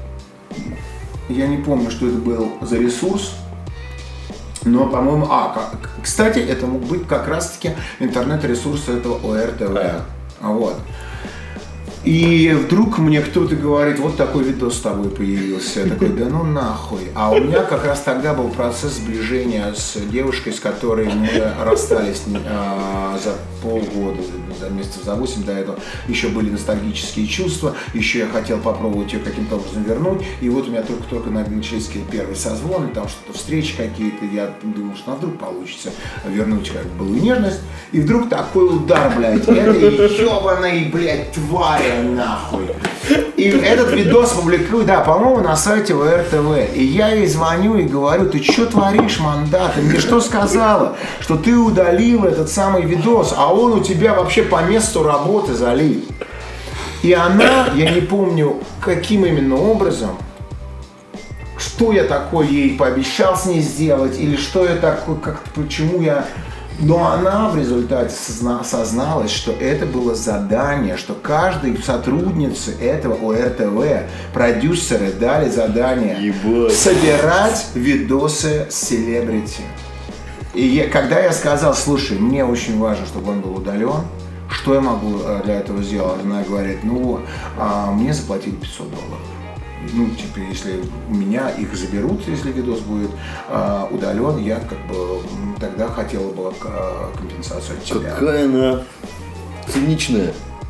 [SPEAKER 2] Я не помню, что это был за ресурс. Но, по-моему... А, кстати, это мог быть как раз-таки интернет-ресурс этого о эр тэ вэ. А. Вот. И вдруг мне кто-то говорит, вот такой видос с тобой появился. Я такой, да ну нахуй. А у меня как раз тогда был процесс сближения с девушкой, с которой мы расстались а, за полгода, за месяцев за восемь до этого. Еще были ностальгические чувства, еще я хотел попробовать ее каким-то образом вернуть. И вот у меня только-только начались первые созвоны, там что-то, встречи какие-то. Я думал, что а вдруг получится вернуть как бы былую нежность. И вдруг такой удар, блядь, этой ебаной, блядь, твари. Нахуй. И этот видос публикую, да, по-моему, на сайте о эр тэ вэ. И я ей звоню и говорю, ты что творишь, манда? Ты мне что сказала? Что ты удалил этот самый видос, а он у тебя вообще по месту работы залит. И она, я не помню, каким именно образом, что я такое ей пообещал с ней сделать, или что я такое, как, почему я... Но она в результате созна- созналась, что это было задание, что каждой сотруднице этого о эр тэ вэ продюсеры дали задание
[SPEAKER 3] Ебать.
[SPEAKER 2] собирать видосы с селебрити. И я, когда я сказал, слушай, мне очень важно, чтобы он был удален, что я могу для этого сделать? Она говорит, ну, а, мне заплатили пятьсот долларов. Ну, типа, если у меня их заберут, если видос будет э, удален, я как бы тогда хотела бы э, компенсацию от тебя.
[SPEAKER 3] Какая она циничная.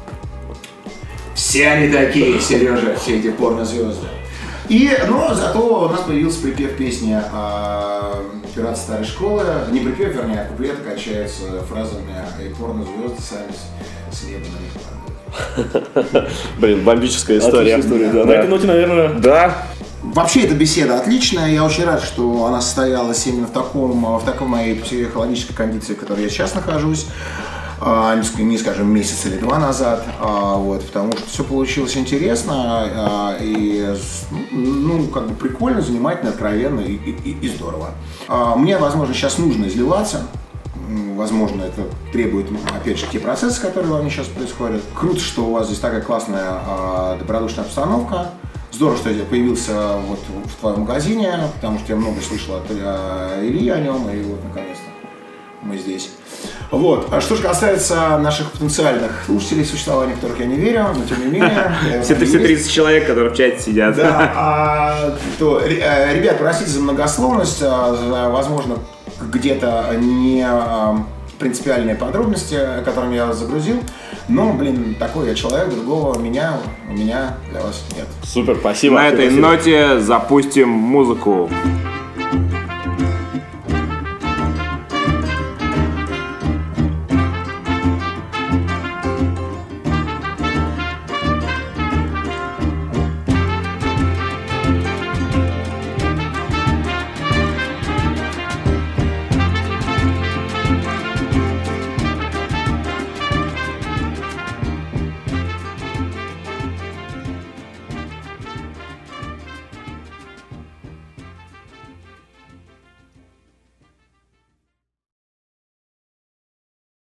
[SPEAKER 2] Все они такие, Сережа, все эти порнозвезды. И, но зато у нас появился припев песни э, «Пираты старой школы». Не припев, вернее, а куплет качается фразами «И порнозвезды сами с неба на них падают».
[SPEAKER 1] Блин, бомбическая история.
[SPEAKER 3] история да. Да. На этой ноте, наверное...
[SPEAKER 1] Да.
[SPEAKER 2] Вообще, эта беседа отличная. Я очень рад, что она состоялась именно в таком, в такой моей психологической кондиции, в которой я сейчас нахожусь. Не, скажем, месяц или два назад. Вот, потому что все получилось интересно и, ну, как бы прикольно, занимательно, откровенно и, и, и здорово. Мне, возможно, сейчас нужно изливаться. Возможно, это требует, опять же, те процессы, которые у меня сейчас происходят. Круто, что у вас здесь такая классная, добродушная обстановка. Здорово, что я появился вот в твоем магазине, потому что я много слышал от Ильи о нем, и вот наконец-то мы здесь. Вот. А что же касается наших потенциальных слушателей, существования которых я не верю, но тем не менее...
[SPEAKER 4] Все тридцать человек, которые в чате сидят.
[SPEAKER 2] Да, то, ребят, простите за многословность, за, возможно, где-то не принципиальные подробности, которыми я вас загрузил. Но, блин, такой я человек, другого меня, у меня для вас нет.
[SPEAKER 1] Супер, спасибо.
[SPEAKER 4] На этой
[SPEAKER 1] спасибо.
[SPEAKER 4] ноте запустим музыку.